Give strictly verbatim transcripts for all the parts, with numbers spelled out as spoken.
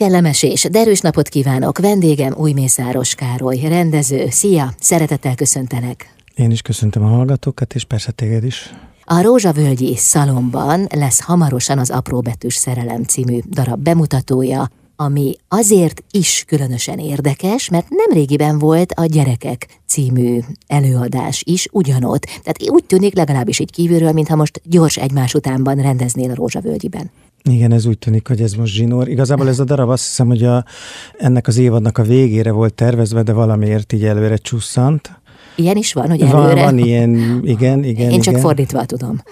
Kellemes és derűs napot kívánok! Vendégem Újmészáros Károly, rendező. Szia! Szeretettel köszöntelek! Én is köszöntöm a hallgatókat, és persze téged is. A Rózsavölgyi Szalonban lesz hamarosan az Apróbetűs szerelem című darab bemutatója, ami azért is különösen érdekes, mert nemrégiben volt a Gyerekek című előadás is ugyanott. Tehát úgy tűnik legalábbis így kívülről, mintha most gyors egymás utánban rendeznél a Rózsavölgyiben. Igen, ez úgy tűnik, hogy ez most zsinór. Igazából ez a darab azt hiszem, hogy a, ennek az évadnak a végére volt tervezve, de valamiért így előre csusszant. Ilyen is van, hogy előre? Van, van ilyen, igen, igen. Én csak igen. fordítva tudom.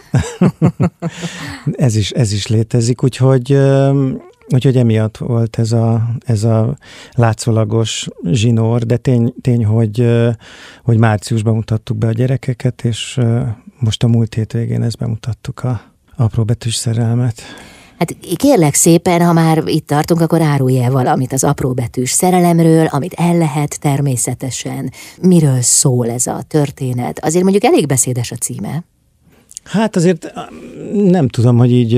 ez, is, ez is létezik, úgyhogy, úgyhogy emiatt volt ez a, ez a látszólagos zsinór, de tény, tény hogy, hogy márciusban mutattuk be a Gyerekeket, és most a múlt hétvégén ezt bemutattuk a Apróbetűs szerelmet. Hát kérlek szépen, ha már itt tartunk, akkor árulj el valamit az apróbetűs szerelemről, amit el lehet természetesen. Miről szól ez a történet? Azért mondjuk elég beszédes a címe. Hát azért nem tudom, hogy így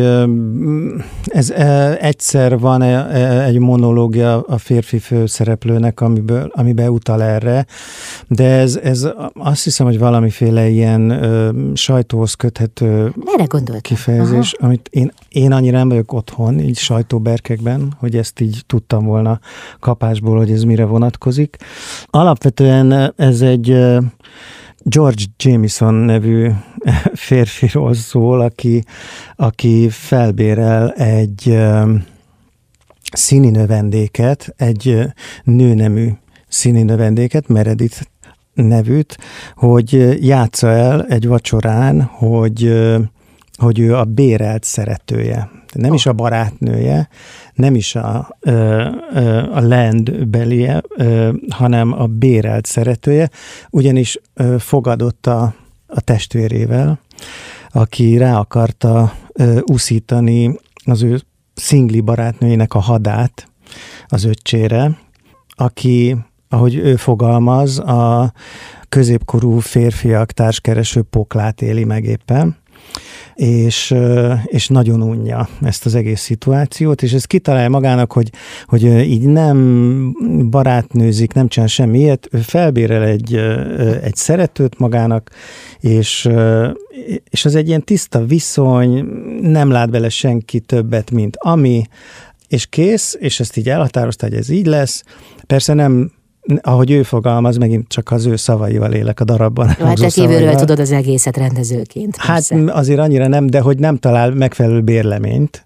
ez egyszer van egy monológia a férfi főszereplőnek, amiből, amiben utal erre, de ez, ez azt hiszem, hogy valamiféle ilyen sajtóhoz köthető kifejezés, Aha. amit én, én annyira nem vagyok otthon, így sajtóberkekben, hogy ezt így tudtam volna kapásból, hogy ez mire vonatkozik. Alapvetően ez egy George Jamieson nevű férfiról szól, aki, aki felbérel egy uh, színi növendéket, egy uh, nőnemű színi növendéket, Meredith nevűt, hogy játsza el egy vacsorán, hogy, uh, hogy ő a bérelt szeretője. Nem oh. is a barátnője, nem is a, a landbelie, hanem a bérelt szeretője, ugyanis fogadott a, a testvérével, aki rá akarta úszítani az ő szingli barátnőjének a hadát az öccsére, aki, ahogy ő fogalmaz, a középkorú férfiak társkereső poklát éli meg éppen, és, és nagyon unja ezt az egész szituációt, és ez kitalálja magának, hogy, hogy így nem barátnőzik, nem csinál semmi ilyet, ő felbérel egy, egy szeretőt magának, és, és az egy ilyen tiszta viszony, nem lát bele senki többet, mint ami, és kész, és ezt így elhatározta, hogy ez így lesz. Persze nem, ahogy ő fogalmaz, megint csak az ő szavaival élek a darabban. Jó, hát te kívülről tudod az egészet rendezőként. Persze. Hát azért annyira nem, de hogy nem talál megfelelő bérleményt.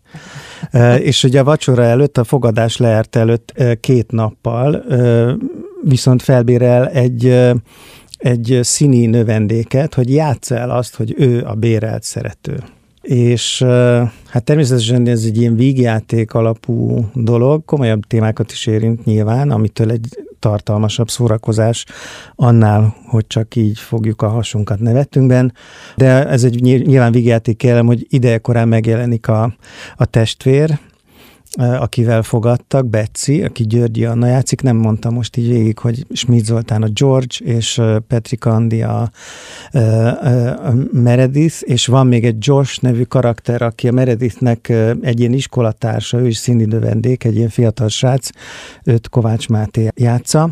És ugye a vacsora előtt, a fogadás lejárt előtt két nappal viszont felbérel egy, egy színi növendéket, hogy játsza el azt, hogy ő a bérelt szerető. És hát természetesen ez egy ilyen vígjáték alapú dolog, komolyabb témákat is érint nyilván, amitől egy tartalmasabb szórakozás annál, hogy csak így fogjuk a hasunkat nevetünkben, de ez egy nyilván vígjáték elem, hogy idejekorán megjelenik a, a testvér, akivel fogadtak, Betsy, aki Györgyi Anna játszik, nem mondtam most így végig, hogy Schmidt Zoltán a George, és Patrick Andy a, a, a Meredith, és van még egy Josh nevű karakter, aki a Meredithnek egy ilyen iskolatársa, ő is színi növendék, egy ilyen fiatal srác, őt Kovács Máté játsza,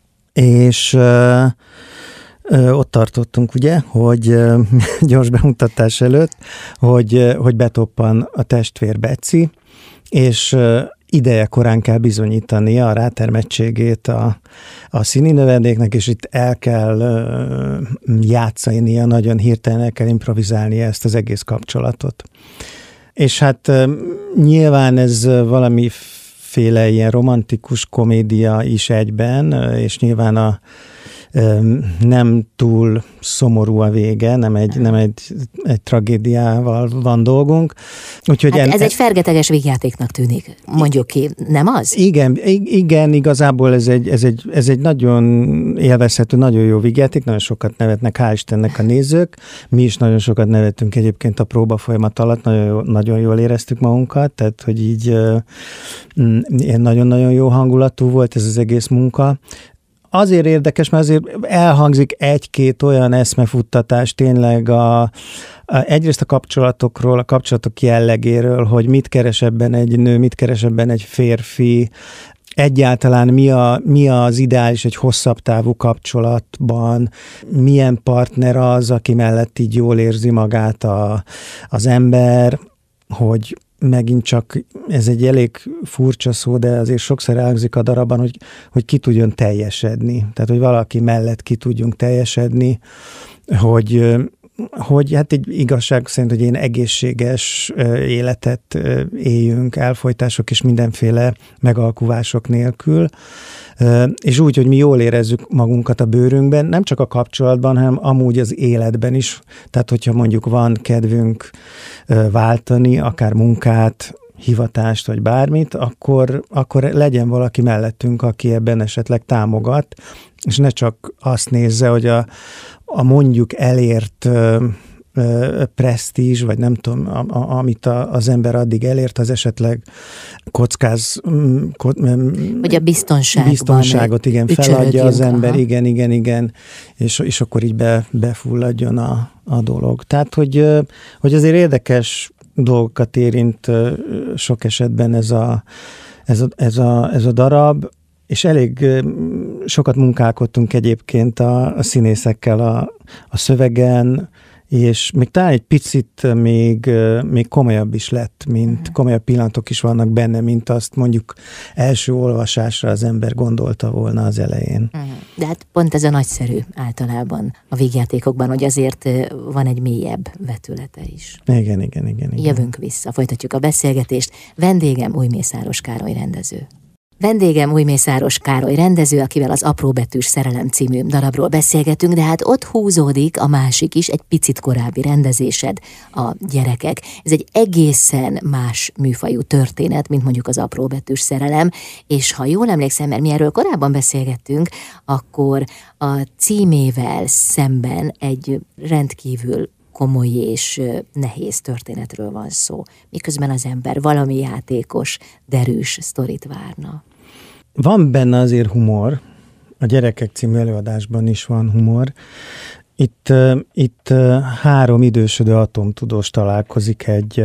és ö, ö, ott tartottunk ugye, hogy ö, gyors bemutatás előtt, hogy, hogy betoppan a testvér Betsy, és ideje korán kell bizonyítania a rátermettségét a, a színi növendéknek, és itt el kell játszania, nagyon hirtelen el kell improvizálnia ezt az egész kapcsolatot. És hát nyilván ez valamiféle ilyen romantikus komédia is egyben, és nyilván a nem túl szomorú a vége, nem egy, nem egy, egy tragédiával van dolgunk. Úgyhogy hát en, ez egy fergeteges vígjátéknak tűnik, mondjuk ki, nem az? Igen, igen, igazából ez egy, ez egy, ez egy nagyon élvezhető, nagyon jó vígjáték, nagyon sokat nevetnek, hál' Istennek a nézők. Mi is nagyon sokat nevettünk egyébként a próba folyamat alatt, nagyon, jó, nagyon jól éreztük magunkat, tehát hogy így nagyon-nagyon jó hangulatú volt ez az egész munka. azért érdekes, mert azért elhangzik egy-két olyan eszmefuttatás tényleg a, a, egyrészt a kapcsolatokról, a kapcsolatok jellegéről, hogy mit keres ebben egy nő, mit keres ebben egy férfi, egyáltalán mi, a, mi az ideális egy hosszabb távú kapcsolatban, milyen partner az, aki mellett így jól érzi magát a, az ember, hogy megint csak, ez egy elég furcsa szó, de azért sokszor elhangzik a darabban, hogy, hogy ki tudjon teljesedni. Tehát, hogy valaki mellett ki tudjunk teljesedni, hogy, hogy hát egy igazság szerint, hogy én egészséges életet éljünk, elfojtások és mindenféle megalkuvások nélkül, és úgy, hogy mi jól érezzük magunkat a bőrünkben, nem csak a kapcsolatban, hanem amúgy az életben is. Tehát, hogyha mondjuk van kedvünk váltani, akár munkát, hivatást, vagy bármit, akkor, akkor legyen valaki mellettünk, aki ebben esetleg támogat, és ne csak azt nézze, hogy a, a mondjuk elért presztízs, vagy nem tudom, a, a, amit a, az ember addig elért, az esetleg kockáz... Ko, vagy a biztonságban. Biztonságot, igen, feladja az ember, aha. igen, igen, igen, és, és akkor így be, befulladjon a, a dolog. Tehát, hogy, hogy azért érdekes dolgokat érint sok esetben ez a, ez a, ez a, ez a darab, és elég sokat munkálkodtunk egyébként a, a színészekkel a, a szövegen, és még talán egy picit még, még komolyabb is lett, mint uh-huh. komolyabb pillanatok is vannak benne, mint azt mondjuk első olvasásra az ember gondolta volna az elején. Uh-huh. De hát pont ez a nagyszerű általában a vígjátékokban, hogy azért van egy mélyebb vetülete is. Igen, igen, igen. igen. Jövünk vissza, folytatjuk a beszélgetést. Vendégem Újmészáros Károly rendező. Vendégem Újmészáros Károly rendező, akivel az Apróbetűs szerelem című darabról beszélgetünk, de hát ott húzódik a másik is, egy picit korábbi rendezésed, a Gyerekek. Ez egy egészen más műfajú történet, mint mondjuk az Apróbetűs szerelem, és ha jól emlékszem, mert mi erről korábban beszélgettünk, akkor a címével szemben egy rendkívül komoly és nehéz történetről van szó, miközben az ember valami játékos, derűs sztorit várna. Van benne azért humor, a Gyerekek című előadásban is van humor. Itt, itt három idősödő atomtudós találkozik egy,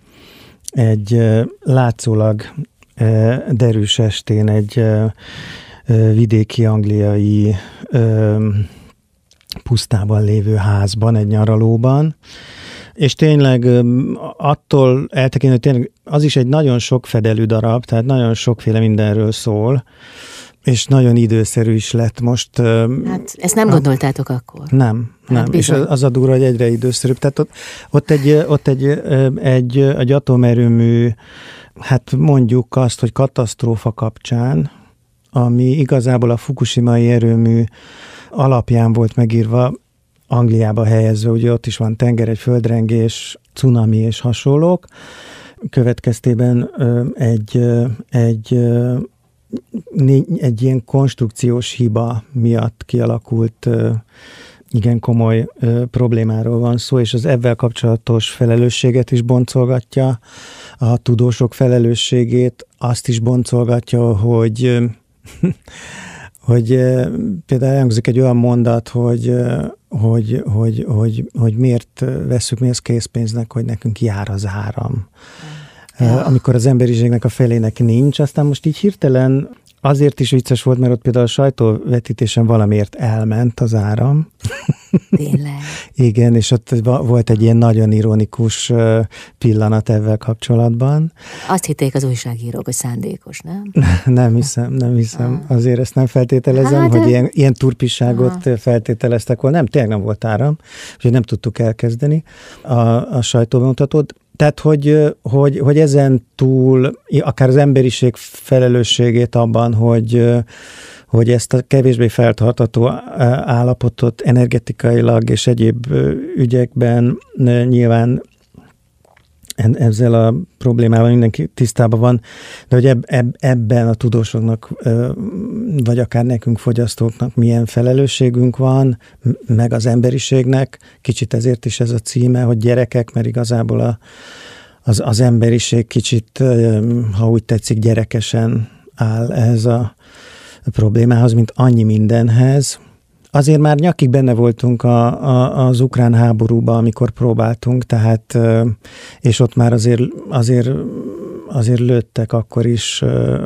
egy látszólag derűs estén, egy vidéki angliai pusztában lévő házban, egy nyaralóban, és tényleg attól eltekintve, hogy tényleg az is egy nagyon sokfedelű darab, tehát nagyon sokféle mindenről szól, és nagyon időszerű is lett most. Hát ezt nem a... gondoltátok akkor? Nem, nem. Hát és az a durva, hogy egyre időszerűbb. Tehát ott, ott, egy, ott egy, egy, egy atomerőmű, hát mondjuk azt, hogy katasztrófa kapcsán, ami igazából a fukushimai erőmű alapján volt megírva, Angliába helyezve, ugye ott is van tenger, egy földrengés, cunami és hasonlók. Következtében egy, egy, egy ilyen konstrukciós hiba miatt kialakult igen komoly problémáról van szó, és az ebben kapcsolatos felelősséget is boncolgatja, a tudósok felelősségét, azt is boncolgatja, hogy hogy például elhangzik egy olyan mondat, hogy, hogy, hogy, hogy, hogy miért vesszük mi ezt készpénznek, hogy nekünk jár az áram. Ja. Amikor az emberiségnek a felének nincs, aztán most így hirtelen azért is vicces volt, mert ott például a sajtóvetítésen valamiért elment az áram. Tényleg. Igen, és ott volt egy ilyen nagyon ironikus pillanat ezzel kapcsolatban. Azt hitték az újságírók, hogy szándékos, nem? Nem hiszem, nem hiszem. Ah. Azért ezt nem feltételezem, hát, hogy ilyen, ilyen turpiságot ah. feltételeztek volna. Nem, tényleg nem volt áram, úgyhogy nem tudtuk elkezdeni a, a sajtóbemutatót. Tehát, hogy, hogy, hogy ezen túl akár az emberiség felelősségét abban, hogy, hogy ezt a kevésbé feltartató állapotot energetikailag és egyéb ügyekben nyilván ezzel a problémával mindenki tisztában van, de hogy eb, eb, ebben a tudósoknak, vagy akár nekünk fogyasztóknak milyen felelősségünk van, meg az emberiségnek, kicsit ezért is ez a címe, hogy gyerekek, mert igazából a, az, az emberiség kicsit, ha úgy tetszik, gyerekesen áll ehhez a problémához, mint annyi mindenhez. Azért már nyakig benne voltunk a, a, az ukrán háborúban, amikor próbáltunk, tehát, és ott már azért, azért, azért lőttek akkor is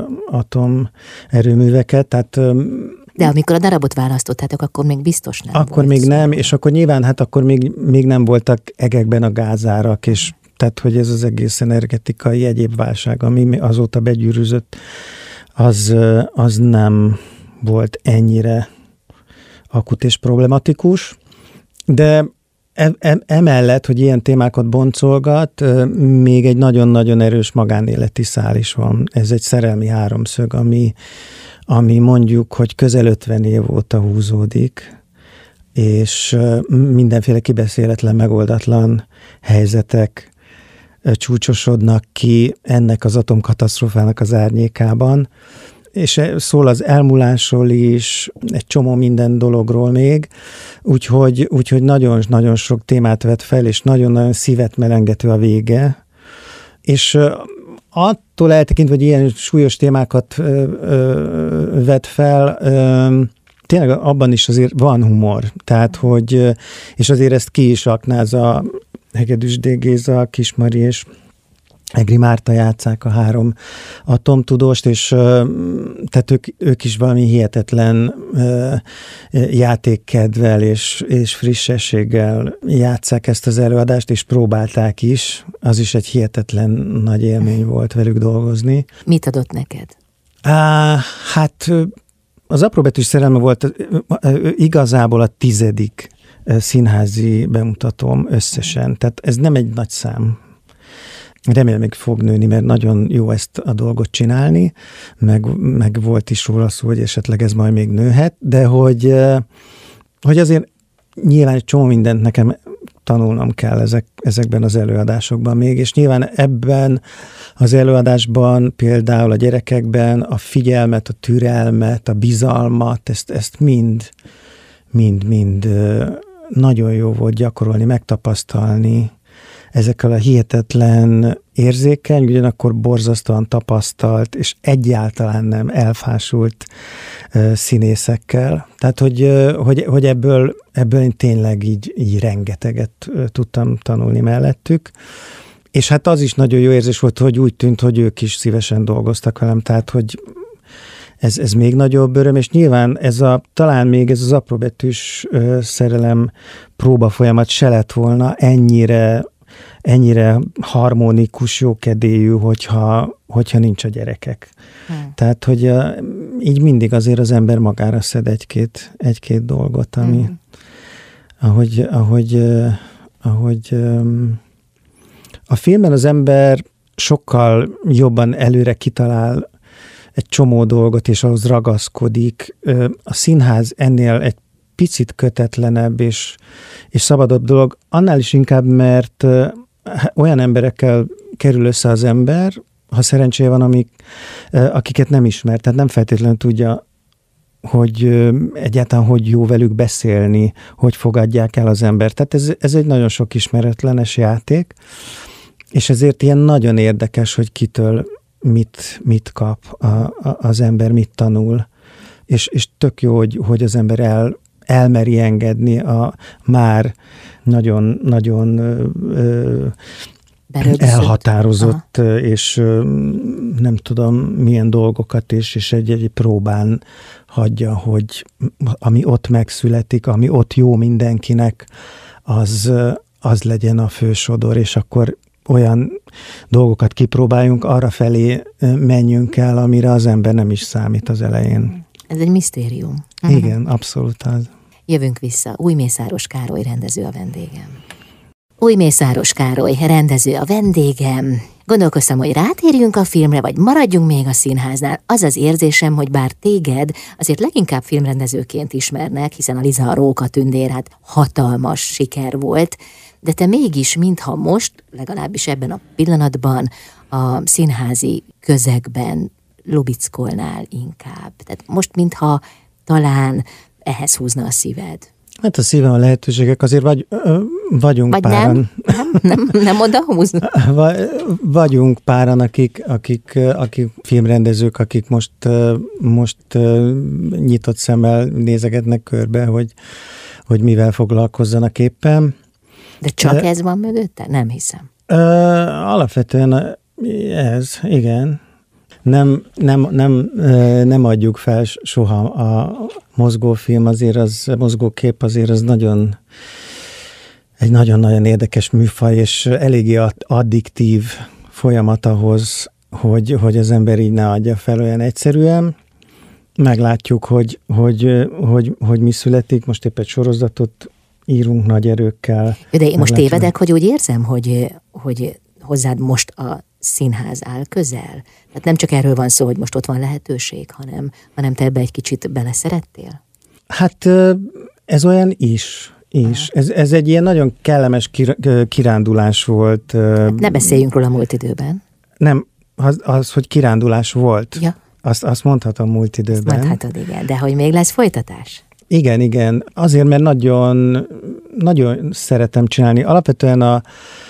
atomerőműveket, tehát de amikor a darabot választottátok, akkor még biztos nem Akkor volt még szó. nem, és akkor nyilván, hát akkor még, még nem voltak egekben a gázárak, és tehát, hogy ez az egész energetikai egyéb válság, ami azóta begyűrűzött, az, az nem volt ennyire akut és problematikus, de e, e, emellett, hogy ilyen témákat boncolgat, még egy nagyon-nagyon erős magánéleti szál is van. Ez egy szerelmi háromszög, ami, ami mondjuk, hogy közel ötven év óta húzódik, és mindenféle kibeszéletlen, megoldatlan helyzetek csúcsosodnak ki ennek az atomkatasztrófának az árnyékában, és szól az elmúlásról is, egy csomó minden dologról még, úgyhogy, úgyhogy nagyon-nagyon sok témát vet fel, és nagyon-nagyon szívet melengető a vége, és attól eltekintve, hogy ilyen súlyos témákat ö, ö, vet fel, ö, tényleg abban is azért van humor, tehát, hogy, és azért ezt ki is aknázza Hegedűs D. Géza, Kismari és Egri Márta játsszák a három atomtudóst, és tehát ők, ők is valami hihetetlen játékkedvel és, és frissességgel játsszák ezt az előadást, és próbálták is. Az is egy hihetetlen nagy élmény volt velük dolgozni. Mit adott neked? Á, hát az Apróbetűs szerelme volt igazából a tizedik színházi bemutatóm összesen. Tehát ez nem egy nagy szám. Remélem még fog nőni, mert nagyon jó ezt a dolgot csinálni, meg, meg volt is róla szó, hogy esetleg ez majd még nőhet, de hogy, hogy azért nyilván egy csomó mindent nekem tanulnom kell ezek, ezekben az előadásokban még, és nyilván ebben az előadásban például a gyerekekben a figyelmet, a türelmet, a bizalmat, ezt, ezt mind, mind, mind nagyon jó volt gyakorolni, megtapasztalni, ezekkel a hihetetlen érzékeny, ugyanakkor borzasztóan tapasztalt, és egyáltalán nem elfásult uh, színészekkel. Tehát, hogy, uh, hogy, hogy ebből, ebből én tényleg így, így rengeteget uh, tudtam tanulni mellettük. És hát az is nagyon jó érzés volt, hogy úgy tűnt, hogy ők is szívesen dolgoztak velem, tehát, hogy ez, ez még nagyobb öröm, és nyilván ez a, talán még ez az apróbetűs uh, szerelem próba folyamat se lett volna ennyire ennyire harmonikus, jókedélyű, hogyha, hogyha nincs a gyerekek. Hmm. Tehát, hogy a, így mindig azért az ember magára szed egy-két, egy-két dolgot, ami, hmm. ahogy, ahogy, ahogy a filmben az ember sokkal jobban előre kitalál egy csomó dolgot, és ahhoz ragaszkodik. A színház ennél egy picit kötetlenebb és, és szabadabb dolog, annál is inkább, mert olyan emberekkel kerül össze az ember, ha szerencséje van, amik, akiket nem ismer, tehát nem feltétlenül tudja, hogy egyáltalán hogy jó velük beszélni, hogy fogadják el az embert. Tehát ez, ez egy nagyon sok ismeretlenes játék, és ezért ilyen nagyon érdekes, hogy kitől mit, mit kap a, a, az ember, mit tanul, és, és tök jó, hogy, hogy az ember el elmeri engedni a már nagyon-nagyon elhatározott, aha, és nem tudom milyen dolgokat is, és egy-egy próbán hagyja, hogy ami ott megszületik, ami ott jó mindenkinek, az, az legyen a fősodor, és akkor olyan dolgokat kipróbáljunk, arra felé menjünk el, amire az ember nem is számít az elején. Ez egy misztérium. Igen, abszolút az. Jövünk vissza. Újmészáros Károly rendező a vendégem. Újmészáros Károly rendező a vendégem. Gondolkoztam, hogy rátérjünk a filmre, vagy maradjunk még a színháznál. Az az érzésem, hogy bár téged azért leginkább filmrendezőként ismernek, hiszen a Liza a Róka tündér hát hatalmas siker volt, de te mégis, mintha most, legalábbis ebben a pillanatban, a színházi közegben lubickolnál inkább. Tehát most, mintha talán ehhez húzna a szíved. Hát a szívem, a lehetőségek azért vagy, vagyunk vagy páran. Nem, nem, nem, nem odahúz. Vagyunk páran, akik, akik, akik filmrendezők, akik most, most nyitott szemmel nézegetnek körbe, hogy, hogy mivel foglalkozzanak éppen. De csak ez van mögötte? Nem hiszem. Alapvetően ez, igen. Nem, nem, nem, nem adjuk fel soha a mozgófilm, azért az, a mozgókép azért az nagyon, egy nagyon-nagyon érdekes műfaj, és eléggé addiktív folyamat ahhoz, hogy, hogy az ember így ne adja fel olyan egyszerűen. Meglátjuk, hogy, hogy, hogy, hogy mi születik. Most épp egy sorozatot írunk nagy erőkkel. De én most tévedek, hogy úgy érzem, hogy, hogy hozzád most a színház áll közel? Tehát nem csak erről van szó, hogy most ott van lehetőség, hanem, hanem te ebbe egy kicsit beleszerettél? Hát ez olyan is. is. Ez, ez egy ilyen nagyon kellemes kirándulás volt. Hát ne beszéljünk róla múlt időben. Nem, az, az hogy kirándulás volt. Ja. Azt, azt mondhatom múlt időben. Azt mondhatod, igen. De hogy még lesz folytatás? Igen, igen. Azért, mert nagyon, nagyon szeretem csinálni. Alapvetően a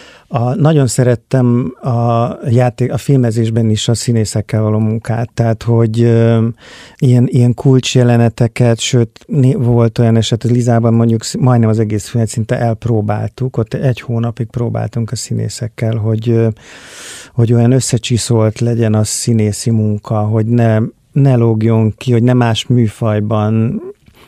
A, nagyon szerettem a játék, a filmezésben is a színészekkel való munkát, tehát, hogy ö, ilyen, ilyen kulcsjeleneteket, sőt, né, volt olyan eset, hogy Lizában mondjuk majdnem az egész filmet szinte elpróbáltuk, ott egy hónapig próbáltunk a színészekkel, hogy, ö, hogy olyan összecsiszolt legyen a színészi munka, hogy ne, ne lógjon ki, hogy ne más műfajban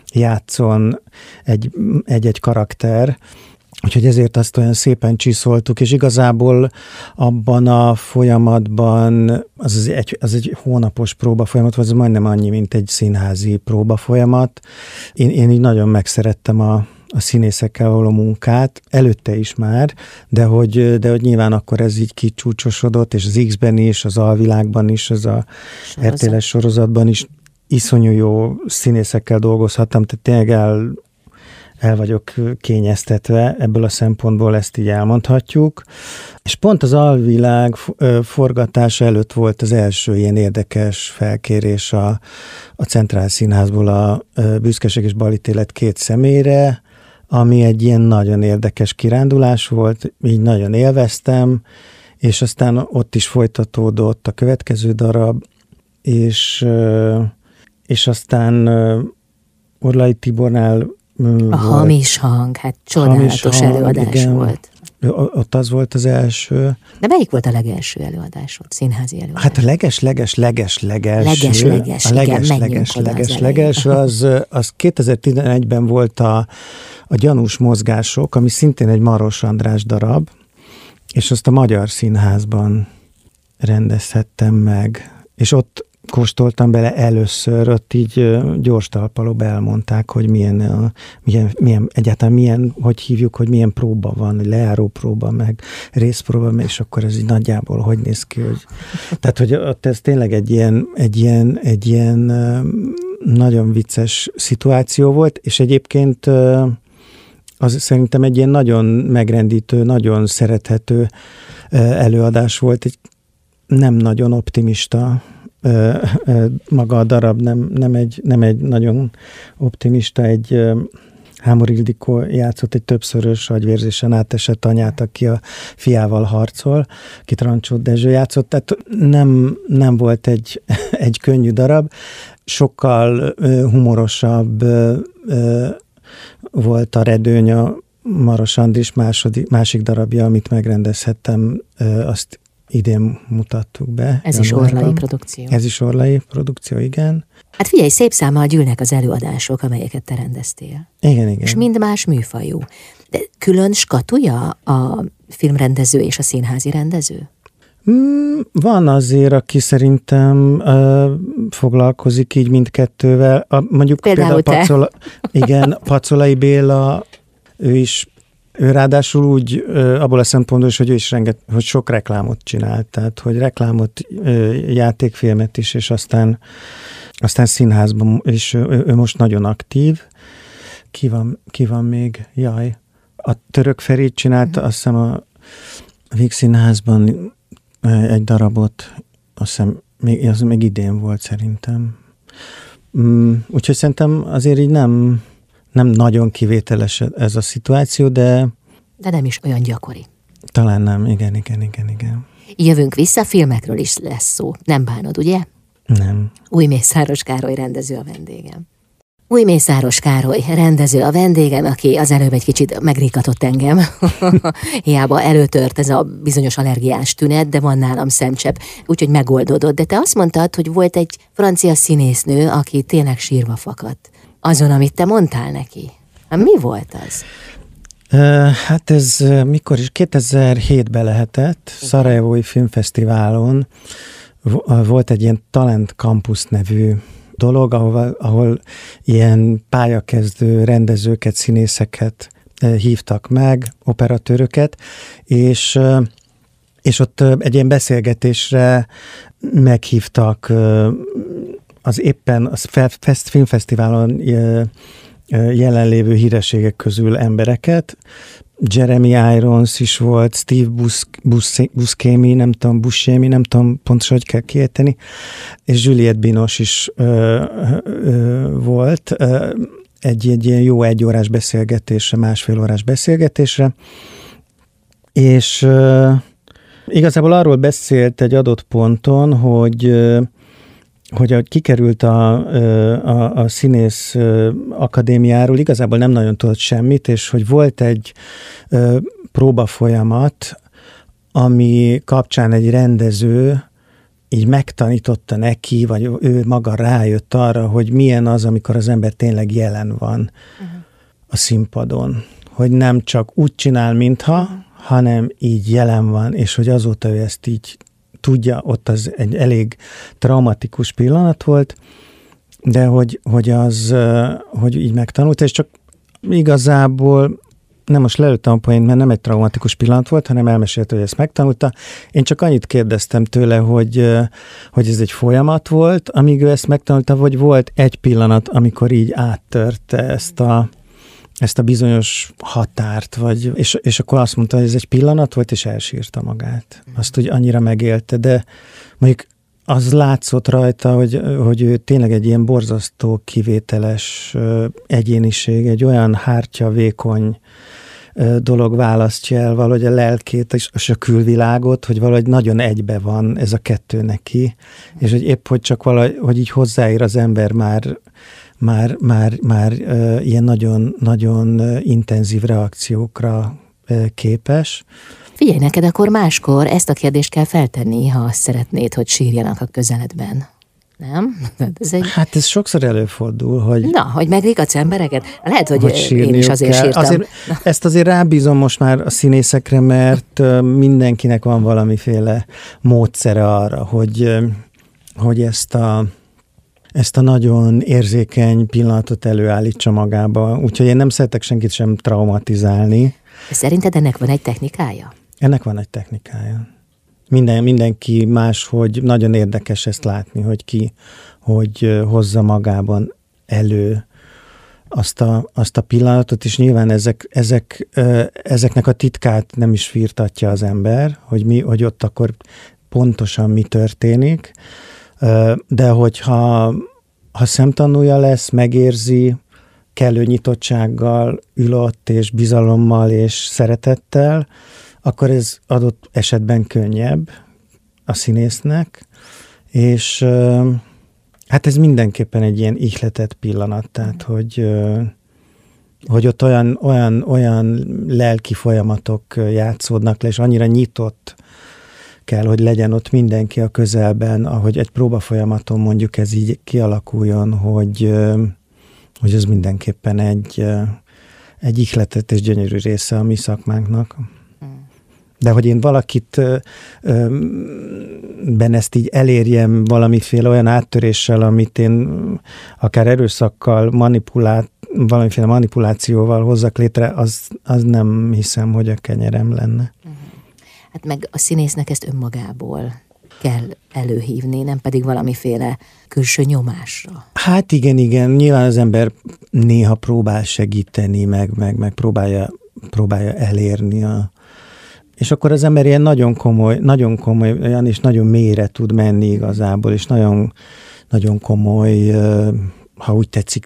játszon egy, egy-egy karakter. Úgyhogy ezért azt olyan szépen csiszoltuk, és igazából abban a folyamatban, az, az, egy, az egy hónapos próba folyamat, az majdnem annyi, mint egy színházi próba folyamat. Én, én így nagyon megszerettem a, a színészekkel való munkát, előtte is már, de hogy, de hogy nyilván akkor ez így kicsúcsosodott, és az X-ben is, az Alvilágban is, az a er té el-es sorozatban is iszonyú jó színészekkel dolgozhattam, tehát tényleg el el vagyok kényeztetve, ebből a szempontból ezt így elmondhatjuk. És pont az Alvilág forgatása előtt volt az első ilyen érdekes felkérés a, a Centrál Színházból a Büszkeség és balítélet két személyre, ami egy ilyen nagyon érdekes kirándulás volt, így nagyon élveztem, és aztán ott is folytatódott a következő darab, és, és aztán Orlai Tibornál a hamis hang, hát csodálatos hamis előadás hang, igen. Volt. Ott az volt az első. De melyik volt a legelső előadásod, színházi előadás? Hát a leges-leges-leges-legelső. Leges-leges, a leges-leges-leges-legelső az, az kétezer-tizenegyben volt a, a Gyanús mozgások, ami szintén egy Maros András darab, és azt a Magyar Színházban rendezhettem meg. És ott kóstoltam bele először, ott így gyors talpalóba elmondták, hogy milyen, milyen, milyen, egyáltalán milyen, hogy hívjuk, hogy milyen próba van, lejáró próba, meg részpróba, és akkor ez így nagyjából hogy néz ki, hogy... Tehát, hogy ott ez tényleg egy ilyen, egy ilyen, egy ilyen nagyon vicces szituáció volt, és egyébként az szerintem egy ilyen nagyon megrendítő, nagyon szerethető előadás volt, egy nem nagyon optimista maga a darab, nem, nem, egy, nem egy nagyon optimista, egy Hámor Ildikó játszott egy többszörös agyvérzésen átesett anyát, aki a fiával harcol, ki Trancsót Dezső játszott, tehát nem, nem volt egy, egy könnyű darab, sokkal humorosabb volt a Redőny, a Maros Andris második, másik darabja, amit megrendezhettem, azt idén mutattuk be. Ez is Orlai produkció. Ez is Orlai produkció, igen. Hát figyelj, szép számmal gyűlnek az előadások, amelyeket te rendeztél. Igen, igen. És mind más műfajú. De külön skatuja a filmrendező és a színházi rendező? Mm, van azért, aki szerintem uh, foglalkozik így mindkettővel. A, mondjuk például, például Pacola, igen, Pacolai Béla, ő is Ő ráadásul úgy, abból a szempontból is, hogy ő is renget, hogy sok reklámot csinált, tehát hogy reklámot, játékfilmet is, és aztán, aztán színházban, és ő, ő most nagyon aktív. Ki van, ki van még? Jaj. A Török Feri csinálta, azt hiszem a Víg Színházban egy darabot, azt hiszem, még, az még idén volt szerintem. Úgyhogy szerintem azért így nem... Nem nagyon kivételes ez a szituáció, de... De nem is olyan gyakori. Talán nem, igen, igen, igen, igen. Jövünk vissza, filmekről is lesz szó. Nem bánod, ugye? Nem. Újmészáros Károly rendező a vendégem. Újmészáros Károly rendező a vendégem, aki az előbb egy kicsit megrikatott engem. Hiába előtört ez a bizonyos allergiás tünet, de van nálam szemcsepp, úgyhogy megoldódott. De te azt mondtad, hogy volt egy francia színésznő, aki tényleg sírva fakadt. Azon, amit te mondtál neki. Mi volt az? Hát ez mikor is? kétezer-hétben lehetett, Szarajevói Filmfesztiválon volt egy ilyen Talent Campus nevű dolog, ahol, ahol ilyen pályakezdő rendezőket, színészeket hívtak meg, operatőröket, és, és ott egy ilyen beszélgetésre meghívtak az éppen a filmfesztiválon jelenlévő hírességek közül embereket. Jeremy Irons is volt, Steve Buscemi, nem tudom, Buscemi, nem tudom pontosan, hogy kell kiejteni, és Juliette Binoche is ö, ö, volt ö, egy, egy ilyen jó egyórás beszélgetésre, másfél órás beszélgetésre, és ö, igazából arról beszélt egy adott ponton, hogy ö, hogy ahogy kikerült a, a, a színész akadémiáról, igazából nem nagyon tudott semmit, és hogy volt egy próbafolyamat, ami kapcsán egy rendező így megtanította neki, vagy ő maga rájött arra, hogy milyen az, amikor az ember tényleg jelen van uh-huh. a színpadon. Hogy nem csak úgy csinál, mintha, uh-huh. hanem így jelen van, és hogy azóta ő ezt így tudja, ott az egy elég traumatikus pillanat volt, de hogy, hogy az, hogy így megtanulta, és csak igazából nem most lelőttem a poént, mert nem egy traumatikus pillanat volt, hanem elmesélte, hogy ezt megtanulta. Én csak annyit kérdeztem tőle, hogy, hogy ez egy folyamat volt, amíg ő ezt megtanulta, vagy volt egy pillanat, amikor így áttörte ezt a ezt a bizonyos határt, vagy, és, és akkor azt mondta, hogy ez egy pillanat volt, és elsírta magát. Azt úgy annyira megélte, de mondjuk az látszott rajta, hogy, hogy ő tényleg egy ilyen borzasztó, kivételes egyéniség, egy olyan hártya, vékony dolog választja el valahogy a lelkét és a külvilágot, hogy valahogy nagyon egybe van ez a kettő neki, és hogy épp, hogy csak valahogy, hogy így hozzáér az ember már már, már, már uh, ilyen nagyon, nagyon uh, intenzív reakciókra uh, képes. Figyelj, neked akkor máskor ezt a kérdést kell feltenni, ha azt szeretnéd, hogy sírjanak a közeledben. Nem? Ez egy... Hát ez sokszor előfordul, hogy... Na, hogy megrikadsz embereket? Lehet, hogy, hogy én is azért kell. sírtam. Azért, ezt azért rábízom most már a színészekre, mert uh, mindenkinek van valamiféle módszere arra, hogy, uh, hogy ezt a ezt a nagyon érzékeny pillanatot előállítsa magába. Úgyhogy én nem szeretek senkit sem traumatizálni. Szerinted ennek van egy technikája? Ennek van egy technikája. Minden, mindenki máshogy nagyon érdekes ezt látni, hogy ki, hogy hozza magában elő azt a, azt a pillanatot, és nyilván ezek, ezek, ezeknek a titkát nem is firtatja az ember, hogy, mi, hogy ott akkor pontosan mi történik, de hogyha ha szemtanúja lesz, megérzi, kellő nyitottsággal ül ott, és bizalommal, és szeretettel, akkor ez adott esetben könnyebb a színésznek, és hát ez mindenképpen egy ilyen ihletett pillanat, tehát hogy, hogy ott olyan, olyan, olyan lelki folyamatok játszódnak le, és annyira nyitott kell, hogy legyen ott mindenki a közelben, ahogy egy próbafolyamaton mondjuk ez így kialakuljon, hogy, hogy ez mindenképpen egy, egy ihletett és gyönyörű része a mi szakmánknak. De hogy én valakit ben ezt így elérjem valamiféle olyan áttöréssel, amit én akár erőszakkal, manipulált, valamiféle manipulációval hozzak létre, az, az nem hiszem, hogy a kenyerem lenne. Hát meg a színésznek ezt önmagából kell előhívni, nem pedig valamiféle külső nyomásra. Hát igen, igen. Nyilván az ember néha próbál segíteni, meg, meg, meg próbálja, próbálja elérni a... És akkor az ember ilyen nagyon komoly, nagyon komoly, olyan és nagyon mélyre tud menni igazából, és nagyon, nagyon komoly, ha úgy tetszik,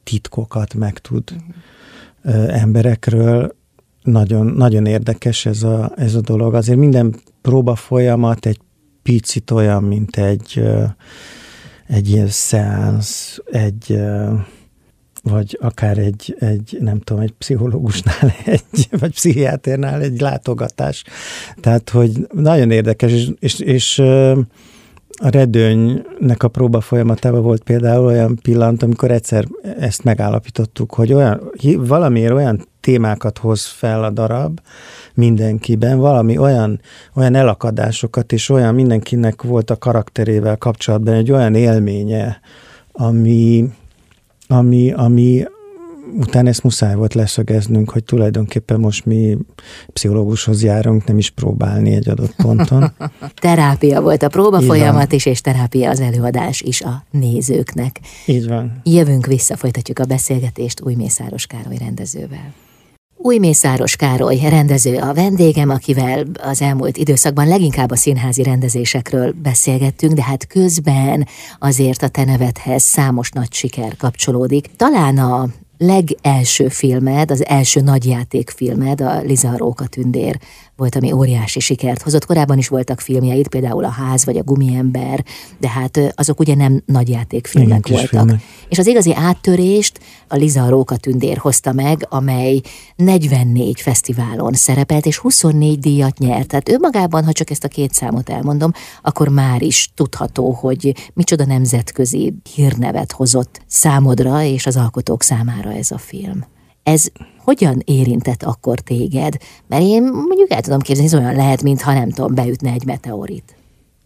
titkokat megtud uh, emberekről. Nagyon, nagyon érdekes ez a, ez a dolog. Azért minden próba folyamat egy picit olyan, mint egy, uh, egy ilyen szeánsz, egy... Uh, vagy akár egy, egy, nem tudom, egy pszichológusnál, egy, vagy pszichiáternál egy látogatás. Tehát, hogy nagyon érdekes, és, és, és a Redőnynek a próba folyamatában volt például olyan pillanat, amikor egyszer ezt megállapítottuk, hogy olyan, valamiért olyan témákat hoz fel a darab mindenkiben, valami olyan, olyan elakadásokat, és olyan mindenkinek volt a karakterével kapcsolatban egy olyan élménye, ami Ami, ami utána ezt muszáj volt leszögeznünk, hogy tulajdonképpen most mi pszichológushoz járunk, nem is próbálni egy adott ponton. Terápia volt a próba folyamat is, és terápia az előadás is a nézőknek. Így van. Jövünk vissza, folytatjuk a beszélgetést Újmészáros Károly rendezővel. Újmészáros Károly rendező a vendégem, akivel az elmúlt időszakban leginkább a színházi rendezésekről beszélgettünk, de hát közben azért a te nevedhez számos nagy siker kapcsolódik. Talán a legelső filmed, az első nagyjátékfilmed, a Liza a Rókatündér volt, ami óriási sikert hozott. Korábban is voltak filmjeid, például a Ház vagy a Gumiember, de hát azok ugye nem nagyjátékfilmek voltak. Filmek. És az igazi áttörést a Liza a Rókatündér hozta meg, amely negyvennégy fesztiválon szerepelt, és huszonnégy díjat nyert. Tehát ő magában, ha csak ezt a két számot elmondom, akkor már is tudható, hogy micsoda nemzetközi hírnevet hozott számodra és az alkotók számára ez a film. Ez hogyan érintett akkor téged? Mert én mondjuk el tudom képzelni, ez olyan lehet, mintha nem tudom, beütne egy meteorit.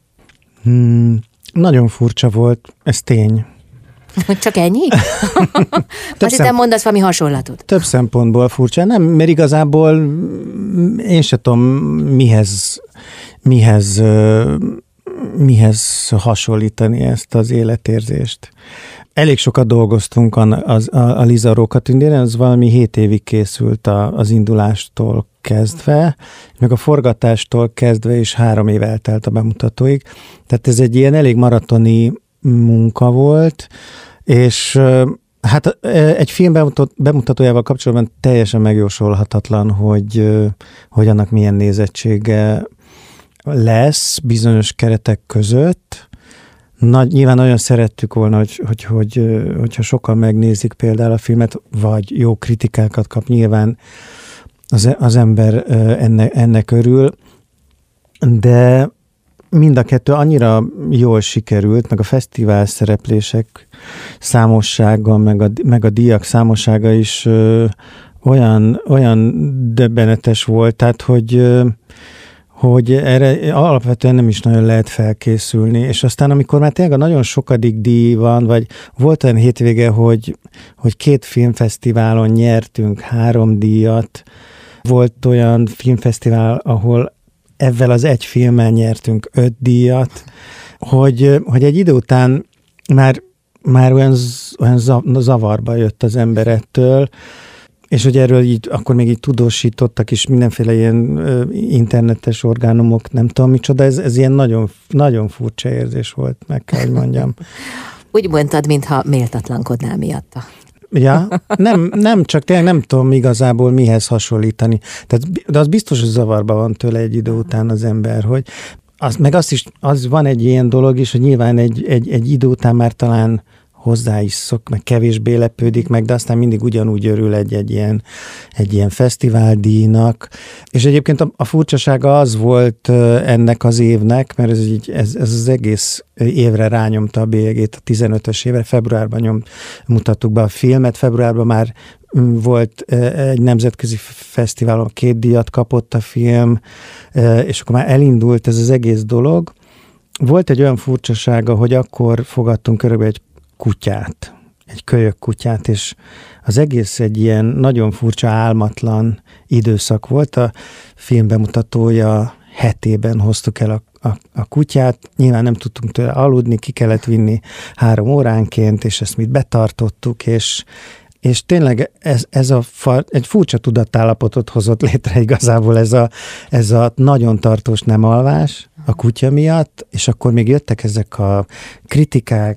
Hmm, nagyon furcsa volt, ez tény. Csak ennyi? Azt hittem mondasz valami hasonlatot. Több szempontból furcsa. Nem, mert igazából én se tudom mihez, mihez, mihez hasonlítani ezt az életérzést. Elég sokat dolgoztunk a, a, a Liza a Rókatündéren, az valami hét évig készült a, az indulástól kezdve, meg a forgatástól kezdve is három év eltelt a bemutatóig. Tehát ez egy ilyen elég maratoni munka volt, és hát egy film bemutatójával kapcsolatban teljesen megjósolhatatlan, hogy, hogy annak milyen nézettsége lesz bizonyos keretek között. Nagy, nyilván nagyon szerettük volna, hogy, hogy, hogy, hogyha sokan megnézik például a filmet, vagy jó kritikákat kap, nyilván az, az ember ennek, ennek örül, de mind a kettő annyira jól sikerült, meg a fesztivál szereplések számossága, meg a, meg a díjak számossága is ö, olyan, olyan döbbenetes volt, tehát hogy ö, hogy erre alapvetően nem is nagyon lehet felkészülni, és aztán amikor már tényleg a nagyon sokadik díj van, vagy volt olyan hétvége, hogy, hogy két filmfesztiválon nyertünk három díjat, volt olyan filmfesztivál, ahol ezzel az egy filmmel nyertünk öt díjat, hogy, hogy egy idő után már, már olyan, olyan zavarba jött az ember ettől, és hogy erről így, akkor még így tudósítottak is mindenféle ilyen ö, internetes orgánumok, nem tudom micsoda, ez, ez ilyen nagyon, nagyon furcsa érzés volt, meg kell, hogy mondjam. Úgy mondtad, mintha méltatlankodnál miatta. Ja, nem, nem, csak tényleg nem tudom igazából mihez hasonlítani. Tehát, de az biztos, hogy zavarban van tőle egy idő után az ember, hogy az, meg azt is, az van egy ilyen dolog is, hogy nyilván egy, egy, egy idő után már talán hozzá is szok, meg kevésbé lepődik meg, de aztán mindig ugyanúgy örül egy, egy ilyen, egy ilyen fesztiváldíjnak. És egyébként a, a furcsasága az volt ennek az évnek, mert ez, így, ez, ez az egész évre rányomta a bélyegét, a tizenötös évre, februárban nyom, mutattuk be a filmet, februárban már volt egy nemzetközi fesztiválon, két díjat kapott a film, és akkor már elindult ez az egész dolog. Volt egy olyan furcsasága, hogy akkor fogadtunk körülbelül egy kutyát, egy kölyök kutyát, és az egész egy ilyen nagyon furcsa, álmatlan időszak volt. A film bemutatója hetében hoztuk el a, a, a kutyát, nyilván nem tudtunk tőle aludni, ki kellett vinni három óránként, és ezt mi betartottuk, és, és tényleg ez, ez a fa, egy furcsa tudatállapotot hozott létre igazából ez a, ez a nagyon tartós nem alvás a kutya miatt, és akkor még jöttek ezek a kritikák,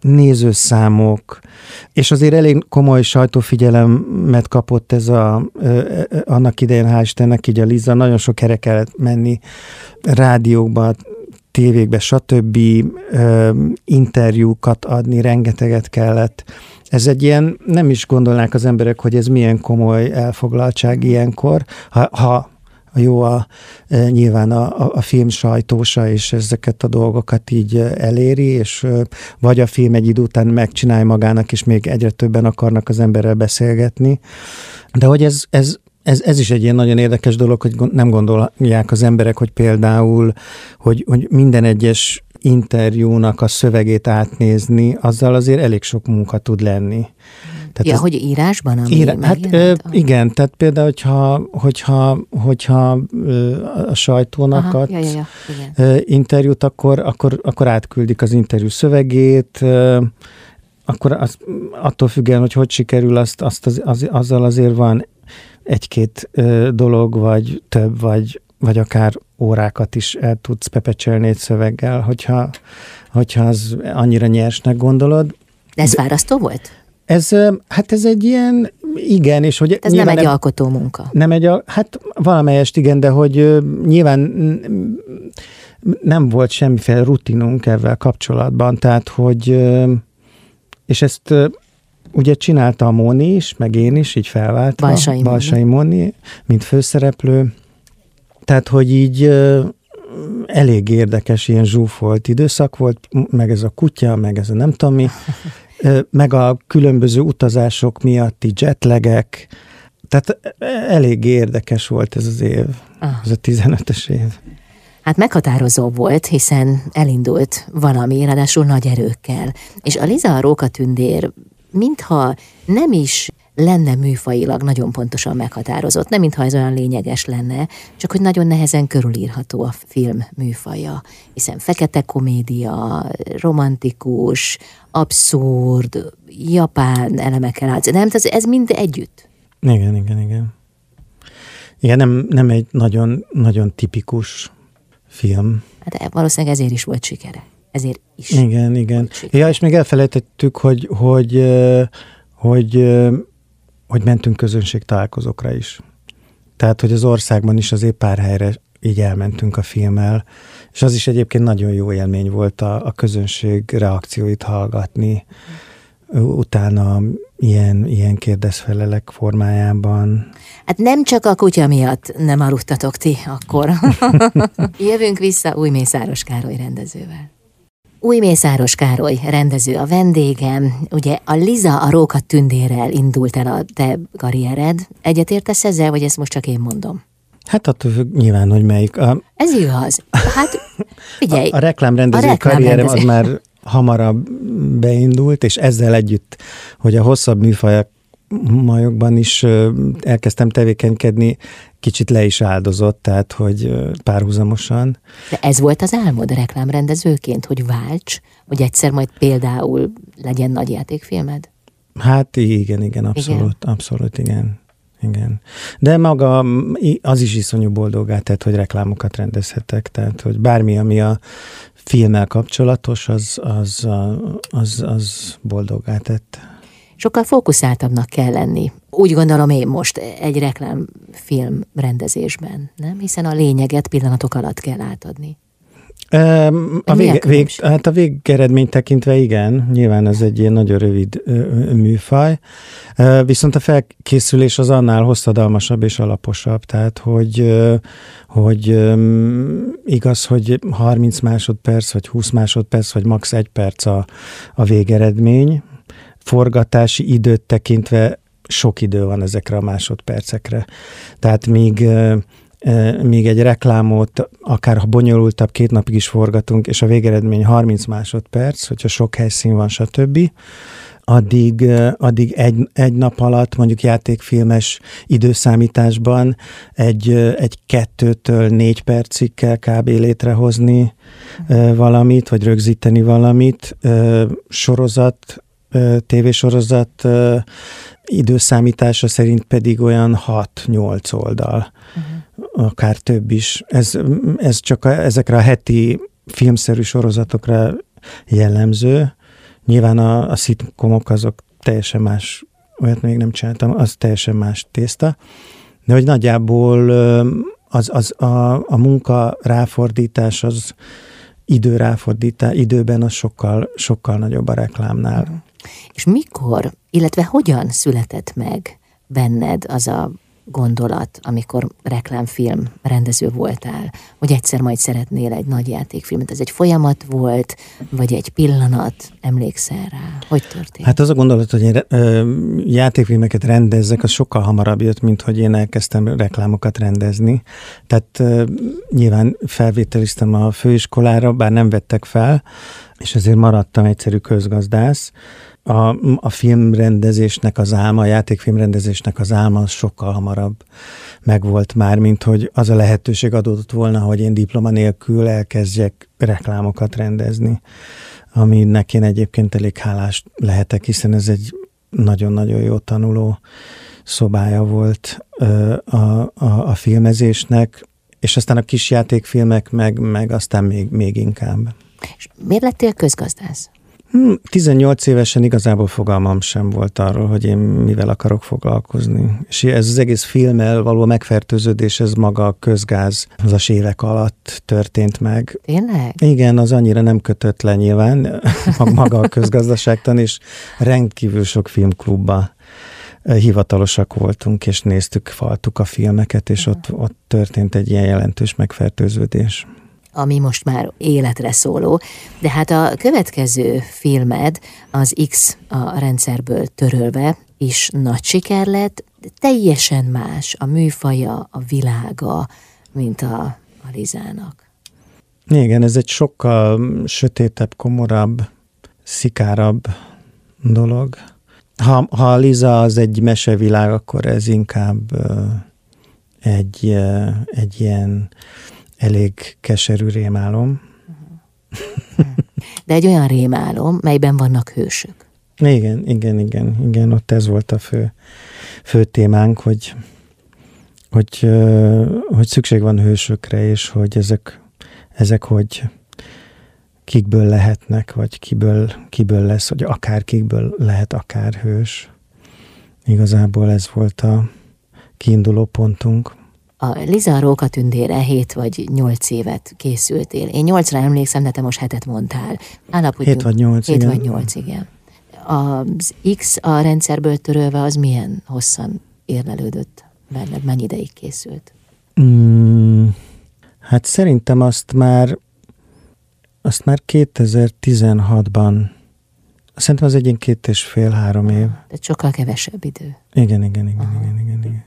nézőszámok, és azért elég komoly sajtófigyelemet kapott ez a, annak idején, hál' Istennek, így a Liza, nagyon sok helyre kellett menni, rádiókba, tévékbe, stb. Interjúkat adni, rengeteget kellett. Ez egy ilyen, nem is gondolnák az emberek, hogy ez milyen komoly elfoglaltság ilyenkor, ha, ha jó a, nyilván a, a film sajtósa, és ezeket a dolgokat így eléri, és vagy a film egy idő után megcsinálja magának, és még egyre többen akarnak az emberrel beszélgetni. De hogy ez, ez Ez, ez is egy ilyen nagyon érdekes dolog, hogy nem gondolják az emberek, hogy például, hogy, hogy minden egyes interjúnak a szövegét átnézni, azzal azért elég sok munka tud lenni. Tehát ja, ez, hogy írásban? Ami ír, hát ö, igen, tehát például, hogyha, hogyha, hogyha ö, a sajtónak ad ja, ja, ja, interjút, akkor, akkor, akkor átküldik az interjú szövegét, ö, akkor az, attól függően, hogy hogy sikerül, azt, azt az, az, azzal azért van egy-két ö, dolog, vagy több, vagy, vagy akár órákat is el tudsz pepecselni egy szöveggel, hogyha, hogyha az annyira nyersnek gondolod. De ez fárasztó volt? Ez, hát ez egy ilyen, igen, és hogy... Ez nem egy alkotó munka. Nem egy, hát valamelyest igen, de hogy nyilván nem volt semmiféle rutinunk ezzel kapcsolatban, tehát hogy, és ezt ugye csinálta a Móni is, meg én is, így felváltva. Balsai, Balsai Móni, mint főszereplő. Tehát, hogy így elég érdekes, ilyen zsúfolt időszak volt, meg ez a kutya, meg ez a nem tudom mi, meg a különböző utazások miatti jetlagek. Tehát elég érdekes volt ez az év, ah. ez a tizenötös év. Hát meghatározó volt, hiszen elindult valami, ráadásul nagy erőkkel. És a Liza a rókatündér mintha nem is lenne műfajilag nagyon pontosan meghatározott, nem mintha ez olyan lényeges lenne, csak hogy nagyon nehezen körülírható a film műfaja, hiszen fekete komédia, romantikus, abszurd, japán elemekkel állt. Nem, ez, ez mind együtt. Igen, igen, igen. Igen, nem, nem egy nagyon, nagyon tipikus film. Hát valószínűleg ezért is volt sikere. Ezért is. Igen, igen. Ja, és még elfelejtettük, hogy, hogy, hogy, hogy mentünk közönség találkozókra is. Tehát, hogy az országban is azért pár helyre így elmentünk a filmmel, és az is egyébként nagyon jó élmény volt a, a közönség reakcióit hallgatni, utána ilyen, ilyen kérdezfelelek formájában. Hát nem csak a kutya miatt nem aludtatok ti akkor. Jövünk vissza Új Mészáros Károly rendezővel. Új Mészáros Károly rendező a vendégem. Ugye a Liza a rókatündérrel indult el a te karriered. Egyetértesz ezzel, vagy ezt most csak én mondom? Hát attól függ nyilván, hogy melyik. A... Ez igaz. Hát figyelj. A, a reklámrendező a karrierem az már hamarabb beindult, és ezzel együtt, hogy a hosszabb műfajokban is elkezdtem tevékenykedni, kicsit le is áldozott, tehát hogy párhuzamosan. De ez volt az álmod reklámrendezőként, hogy válts, hogy egyszer majd például legyen nagy játékfilmed? Hát igen, igen, abszolút, igen. abszolút, igen. Igen. De maga az is iszonyú boldoggá tett, hogy reklámokat rendezhetek, tehát hogy bármi, ami a filmmel kapcsolatos, az, az, az, az boldoggá tett. Sokkal fókuszáltabbnak kell lenni. Úgy gondolom én most egy reklámfilm rendezésben, nem? Hiszen a lényeget pillanatok alatt kell átadni. A, vég, vég, hát a végeredményt tekintve igen, nyilván ez egy ilyen nagyon rövid műfaj, viszont a felkészülés az annál hosszadalmasabb és alaposabb, tehát hogy, hogy igaz, hogy harminc másodperc, vagy húsz másodperc, vagy max. egy perc a, a végeredmény, forgatási időt tekintve sok idő van ezekre a másodpercekre. Tehát míg még egy reklámot, akár ha bonyolultabb, két napig is forgatunk, és a végeredmény harminc másodperc, hogyha sok helyszín van, stb., addig, addig egy, egy nap alatt, mondjuk játékfilmes időszámításban egy, egy kettőtől négy percig kell kb. Létrehozni valamit, vagy rögzíteni valamit. Sorozat, tévésorozat időszámítása szerint pedig olyan hat-nyolc oldal. Uh-huh. Akár több is. Ez, ez csak a, ezekre a heti filmszerű sorozatokra jellemző, Nyilván a, a szitkomok azok teljesen más, olyat még nem csináltam, az teljesen más tészta, de hogy nagyjából az, az a, a munka ráfordítás, az idő ráfordítás, időben az sokkal, sokkal nagyobb a reklámnál. És mikor, illetve hogyan született meg benned az a gondolat, amikor reklámfilm rendező voltál, hogy egyszer majd szeretnél egy nagy játékfilmet? Ez egy folyamat volt, vagy egy pillanat? Emlékszel rá? Hogy történt? Hát az a gondolat, hogy én ö, játékfilmeket rendezzek, az sokkal hamarabb jött, mint hogy én elkezdtem reklámokat rendezni. Tehát ö, nyilván felvételiztem a főiskolára, bár nem vettek fel, és ezért maradtam egyszerű közgazdász. A, a filmrendezésnek az álma, a játékfilmrendezésnek az álma az sokkal hamarabb megvolt már, mint hogy az a lehetőség adódott volna, hogy én diploma nélkül elkezdjek reklámokat rendezni, aminek én egyébként elég hálás lehetek, hiszen ez egy nagyon-nagyon jó tanuló szobája volt a, a, a filmezésnek, és aztán a kis játékfilmek meg, meg aztán még, még inkább. És miért lettél közgazdász? tizennyolc évesen igazából fogalmam sem volt arról, hogy én mivel akarok foglalkozni. És ez az egész filmmel való megfertőződés, ez maga a közgáz, az évek alatt történt meg. Tényleg? Igen, az annyira nem kötött le nyilván, maga a közgazdaságtan, és rendkívül sok filmklubba hivatalosak voltunk, és néztük, faltuk a filmeket, és ott, ott történt egy ilyen jelentős megfertőződés. Ami most már életre szóló, de hát a következő filmed, az X a rendszerből törölve is nagy siker lett, de teljesen más a műfaja, a világa, mint a, a Lizának. Igen, ez egy sokkal sötétebb, komorabb, szikárabb dolog. Ha, ha a Liza az egy mesevilág, akkor ez inkább uh, egy, uh, egy ilyen elég keserű rémálom. De egy olyan rémálom, melyben vannak hősök. Igen, igen, igen, igen, ott ez volt a fő, fő témánk, hogy, hogy, hogy szükség van hősökre, és hogy ezek, ezek hogy kikből lehetnek, vagy kiből, kiből lesz, vagy akár kikből lehet akár hős. Igazából ez volt a kiinduló pontunk. A Liza a Rókatündére hét vagy nyolc évet készültél. Én nyolcra emlékszem, de te most hetet mondtál. Hét vagy nyolc, hét igen. vagy nyolc, igen. Az X a rendszerből törölve az milyen hosszan érlelődött benned? Mennyi ideig készült? Mm, hát szerintem azt már azt már kétezer-tizenhatban, szerintem az egy ilyen két és fél, három év. Tehát sokkal kevesebb idő. Igen, igen, igen, igen, igen, igen.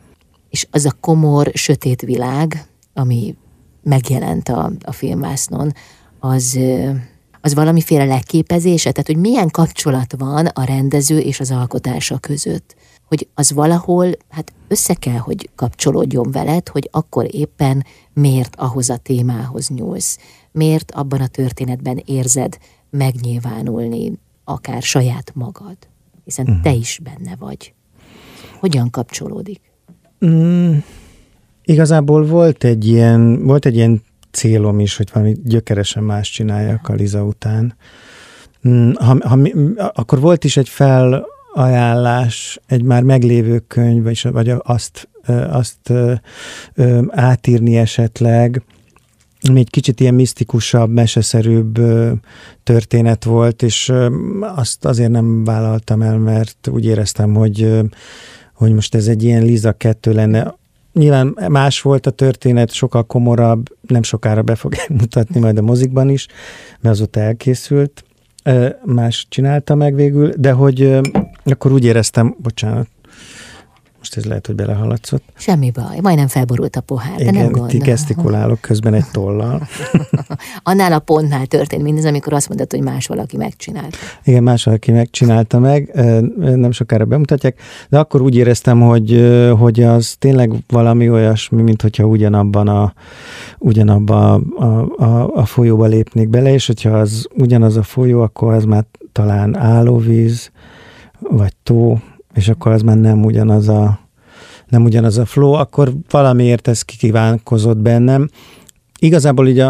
És az a komor, sötét világ, ami megjelent a, a filmvásznon, az, az valamiféle leképezése? Tehát, hogy milyen kapcsolat van a rendező és az alkotása között? Hogy az valahol, hát össze kell, hogy kapcsolódjon veled, hogy akkor éppen miért ahhoz a témához nyúlsz? Miért abban a történetben érzed megnyilvánulni akár saját magad? Hiszen uh-huh. te is benne vagy. Hogyan kapcsolódik? Mm, igazából volt egy ilyen, volt egy ilyen célom is, hogy valami gyökeresen más csináljak a Liza után. Mm, ha, ha, akkor volt is egy felajánlás, egy már meglévő könyv, vagy, vagy azt, azt ö, ö, átírni esetleg, ami egy kicsit ilyen misztikusabb, meseszerűbb ö, történet volt, és ö, azt azért nem vállaltam el, mert úgy éreztem, hogy ö, hogy most ez egy ilyen Liza kettő lenne. Nyilván más volt a történet, sokkal komorabb, nem sokára be fogják mutatni majd a mozikban is, mert azóta elkészült. Más csinálta meg végül, de hogy akkor úgy éreztem, bocsánat, most ez lehet, hogy belehaladszott. Semmi baj, majdnem felborult a pohár, igen, de nem gond. Igen, gesztikulálok közben egy tollal. Annál a pontnál történt mindez, amikor azt mondod, hogy más valaki megcsinálta. Igen, más valaki megcsinálta meg, nem sokára bemutatják, de akkor úgy éreztem, hogy, hogy az tényleg valami olyasmi, mint hogyha ugyanabban a, ugyanabban a, a, a, a folyóba lépnék bele, és hogyha az ugyanaz a folyó, akkor az már talán állóvíz, vagy tó, és akkor az már nem ugyanaz a, nem ugyanaz a flow, akkor valamiért ez kikívánkozott bennem. Igazából így a,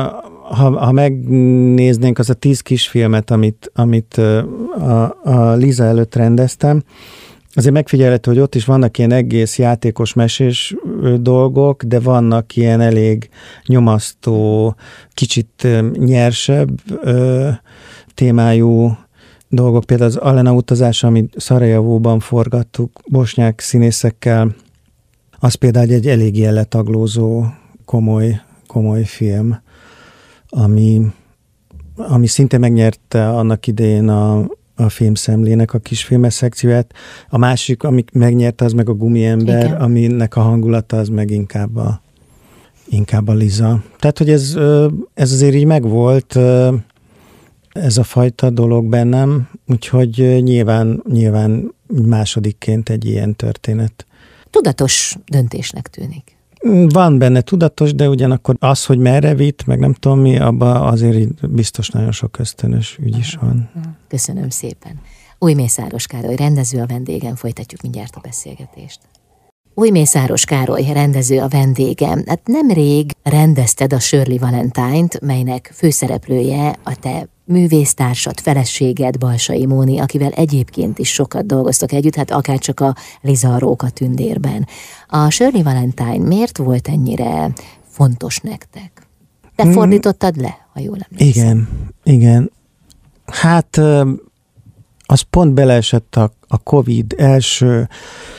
ha, ha megnéznénk az a tíz kisfilmet, amit, amit a, a Liza előtt rendeztem, azért megfigyelhető, hogy ott is vannak ilyen egész játékos, mesés dolgok, de vannak ilyen elég nyomasztó, kicsit nyersebb ö, témájú dolgok. Például az Alena utazása, amit Szarajevóban forgattuk bosnyák színészekkel, az például egy elég jelletaglózó, komoly, komoly film, ami, ami szinte megnyerte annak idején a a filmszemlének a kisfilmes szekcióját. A másik, ami megnyerte, az meg a Gumiember, igen, aminek a hangulata az meg inkább a, inkább a Liza. Tehát, hogy ez, ez azért így megvolt, ez a fajta dolog bennem, úgyhogy nyilván, nyilván másodikként egy ilyen történet. Tudatos döntésnek tűnik. Van benne tudatos, de ugyanakkor az, hogy merre vitt, meg nem tudom mi, abban azért biztos nagyon sok ösztönös ügy is van. Köszönöm szépen. Újmészáros Károly rendező a vendégem, folytatjuk mindjárt a beszélgetést. Újmészáros Károly rendező a vendégem. Hát nemrég rendezted a Shirley Valentine-t, melynek főszereplője a te művésztársad, feleséged, Balsai Móni, akivel egyébként is sokat dolgoztok együtt, hát akárcsak a Liza a Róka tündérben. A Shirley Valentine miért volt ennyire fontos nektek? Te hmm. fordítottad le, ha jól emlékszem. Igen, igen. Hát az pont beleesett a, a Covid első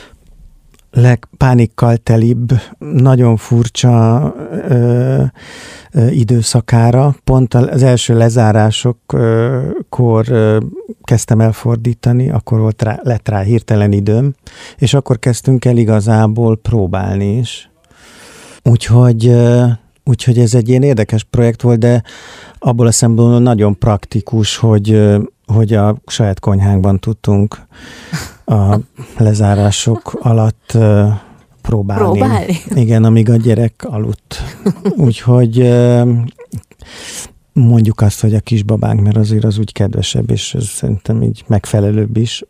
legpánikkal telibb, nagyon furcsa ö, ö, időszakára. Pont az első lezárásokkor ö, kezdtem el fordítani, akkor volt rá, lett rá hirtelen időm, és akkor kezdtünk el igazából próbálni is. Úgyhogy, ö, úgyhogy ez egy ilyen érdekes projekt volt, de abból a szempontból nagyon praktikus, hogy, ö, hogy a saját konyhánkban tudtunk a lezárások alatt uh, próbálni. Próbálni? Igen, amíg a gyerek aludt. Úgyhogy uh, mondjuk azt, hogy a kisbabánk, mert azért az úgy kedvesebb, és ez szerintem így megfelelőbb is.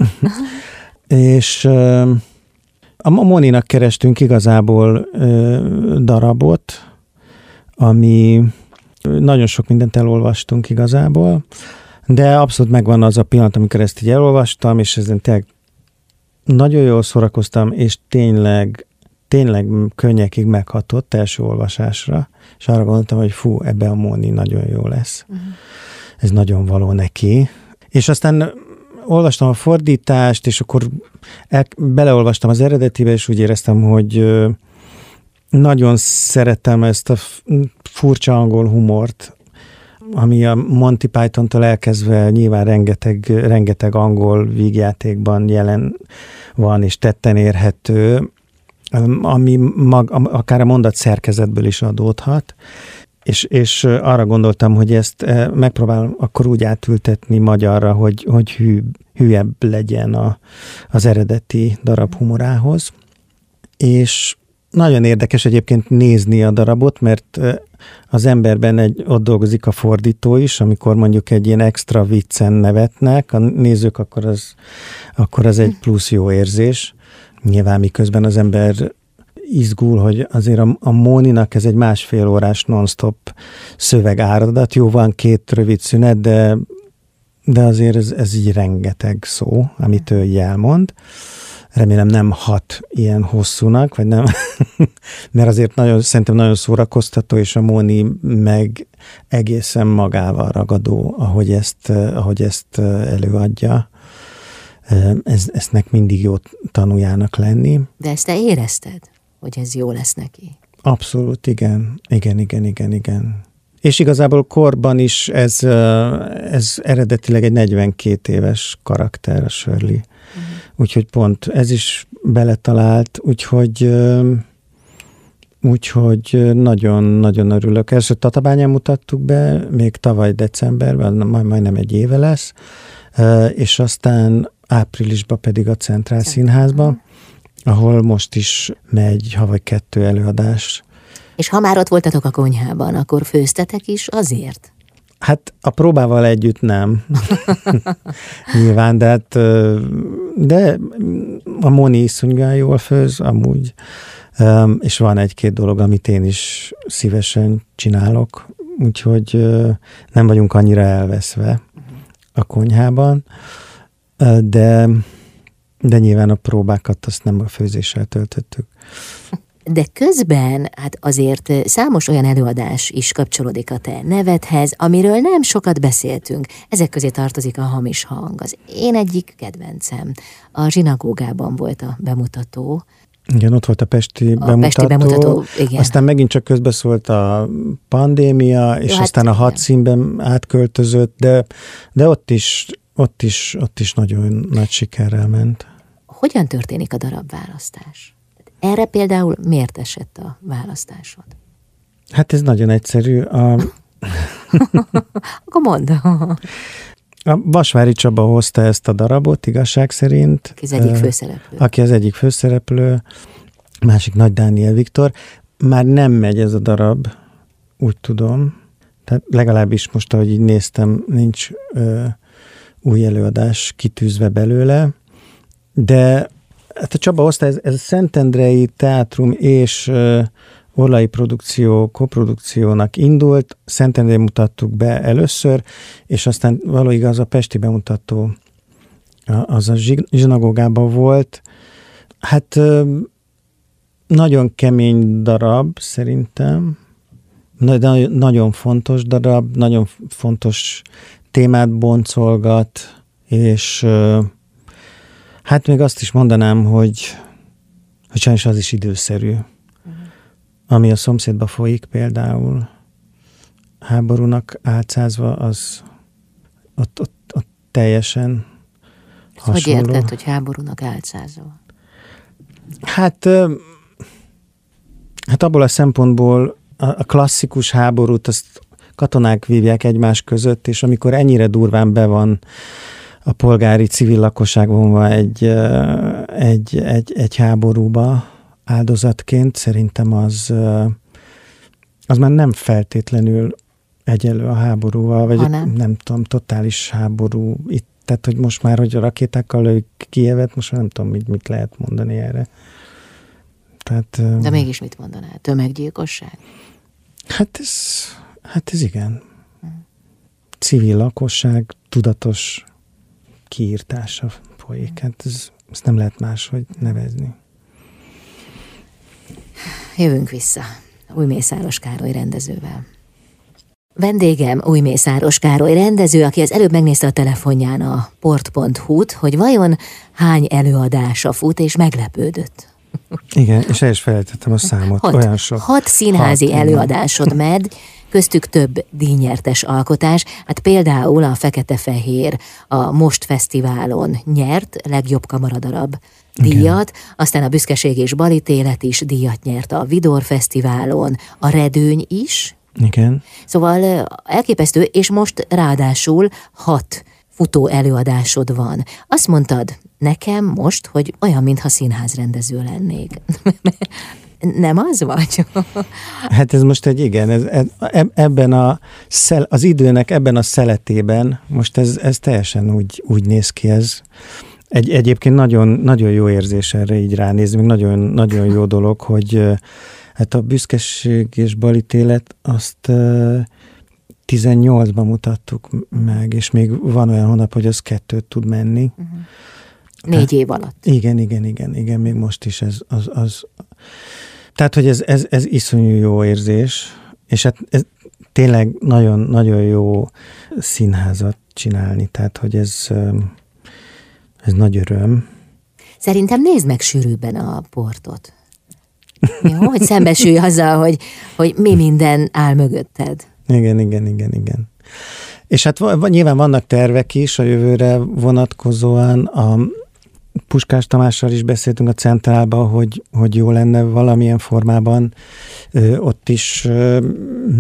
És uh, a Moninak kerestünk igazából uh, darabot, ami nagyon sok mindent elolvastunk igazából, de abszolút megvan az a pillanat, amikor ezt így elolvastam, és ezen tényleg nagyon jól szórakoztam, és tényleg, tényleg könnyekig meghatott első olvasásra, és arra gondoltam, hogy fú, ebbe a Móni nagyon jó lesz. Uh-huh. Ez nagyon való neki. És aztán olvastam a fordítást, és akkor el, beleolvastam az eredetibe, és úgy éreztem, hogy nagyon szeretem ezt a furcsa angol humort, ami a Monty Python-tól elkezdve nyilván rengeteg, rengeteg angol vígjátékban jelen van, és tetten érhető, ami mag, akár a mondat szerkezetből is adódhat, és, és arra gondoltam, hogy ezt megpróbálom akkor úgy átültetni magyarra, hogy, hogy hű, hűebb legyen a, az eredeti darab humorához. És nagyon érdekes egyébként nézni a darabot, mert az emberben egy, ott dolgozik a fordító is, amikor mondjuk egy ilyen extra viccen nevetnek, a nézők, akkor az, akkor az egy plusz jó érzés. Nyilván miközben az ember izgul, hogy azért a, a Móninak ez egy másfél órás non-stop szövegáradat. Jó, van két rövid szünet, de, de azért ez, ez így rengeteg szó, amit ő így elmond. Remélem nem hat ilyen hosszúnak, vagy nem, mert azért nagyon, szerintem nagyon szórakoztató, és a Móni meg egészen magával ragadó, ahogy ezt, ahogy ezt előadja. Ez, eznek mindig jó tanújának lenni. De ezt te érezted, hogy ez jó lesz neki? Abszolút, igen. Igen, igen, igen, igen. És igazából korban is ez, ez eredetileg egy negyvenkét éves karakter, a Shirley. Uh-huh. Úgyhogy pont ez is beletalált, úgyhogy, úgyhogy nagyon-nagyon örülök. Első Tatabányán mutattuk be, még tavaly decemberben, majd, majdnem egy éve lesz, és aztán áprilisban pedig a Centrál Színházban, ahol most is megy havai kettő előadás. És ha már ott voltatok a konyhában, akkor főztetek is azért? Hát a próbával együtt nem. Nyilván, de hát de a Móni iszonyúan jól főz, amúgy, és van egy-két dolog, amit én is szívesen csinálok, úgyhogy nem vagyunk annyira elveszve a konyhában, de, de nyilván a próbákat azt nem a főzéssel töltöttük. De közben hát azért számos olyan előadás is kapcsolódik a te nevedhez, amiről nem sokat beszéltünk. Ezek közé tartozik a Hamis hang. Az én egyik kedvencem. A zsinagógában volt a bemutató. Igen, ott volt a pesti a bemutató. Pesti bemutató, igen. Aztán megint csak közbeszólt a pandémia, és Jó, aztán hát, a hadszínben átköltözött, de, de ott is, ott is, ott is nagyon nagy sikerrel ment. Hogyan történik a darabválasztás? Erre például miért esett a választásod? Hát ez nagyon egyszerű. A... Akkor mondd. A Vasvári Csaba hozta ezt a darabot, igazság szerint. Aki az egyik főszereplő. Aki az egyik főszereplő, másik Nagy Dániel Viktor. Már nem megy ez a darab, úgy tudom. Tehát legalábbis most, ahogy így néztem, nincs ö, új előadás kitűzve belőle. De hát a Csaba hozta, ez, ez a Szentendrei Teátrum és ö, Orlai Produkció koprodukciónak indult, Szentendrén mutattuk be először, és aztán való igaz, a pesti bemutató az a zsinagógában volt. Hát nagyon kemény darab szerintem, de nagyon fontos darab, nagyon fontos témát boncolgat, és hát még azt is mondanám, hogy, hogy sajnos az is időszerű. Ami a szomszédba folyik például, háborúnak álcázva, az ott, ott, ott teljesen Ezt hasonló. hogy érted, hogy háborúnak álcázva? Hát, hát abból a szempontból a klasszikus háborút azt katonák vívják egymás között, és amikor ennyire durván be van a polgári civil lakosság vonva egy, egy, egy, egy háborúba, áldozatként, szerintem az, az már nem feltétlenül egyenlő a háborúval, vagy nem. nem tudom, totális háború itt, tehát hogy most már, hogy a rakétákkal lőjük Kijevet, most már nem tudom, mit, mit lehet mondani erre. Tehát, de mégis mit mondanál? Tömeggyilkosság? Hát ez, hát ez igen. Civil lakosság tudatos kiírtása folyik. Hát ez, ezt nem lehet máshogy nevezni. Jövünk vissza Újmészáros Károly rendezővel. Vendégem Újmészáros Károly rendező, aki az előbb megnézte a telefonján a port pont hu-t, hogy vajon hány előadása fut, és meglepődött. Igen, és el is felejtettem a számot. Hat, olyan sok. Hat színházi hat, előadásod med, köztük több díjnyertes alkotás. Hát például a Fekete-fehér a Most Fesztiválon nyert legjobb kamaradarab díjat, igen. Aztán a Büszkeség és balítélet is díjat nyert a Vidor Fesztiválon, a Redőny is. Igen. Szóval elképesztő, és most ráadásul hat futó előadásod van. Azt mondtad nekem most, hogy olyan, mintha színházrendező lennék. Nem az vagy? Hát ez most egy igen, ez, ebben a szel, az időnek ebben a szeletében most ez, ez teljesen úgy, úgy néz ki ez. Egy, egyébként nagyon, nagyon jó érzés erre így ránézni, nagyon, nagyon jó dolog, hogy hát a Büszkeség és balítélet azt tizennyolcban mutattuk meg, és még van olyan hónap, hogy az kettőt tud menni. Uh-huh. Négy hát, év alatt. Igen, igen, igen, igen, még most is ez az... az tehát, hogy ez, ez, ez iszonyú jó érzés, és hát ez tényleg nagyon, nagyon jó színházat csinálni, tehát, hogy ez, ez nagy öröm. Szerintem nézd meg sűrűbben a portot. Jó, hogy szembesülj azzal, hogy, hogy mi minden áll mögötted. Igen, igen, igen, igen. És hát nyilván vannak tervek is a jövőre vonatkozóan. A Puskás Tamással is beszéltünk a Centrálban, hogy, hogy jó lenne valamilyen formában ö, ott is ö,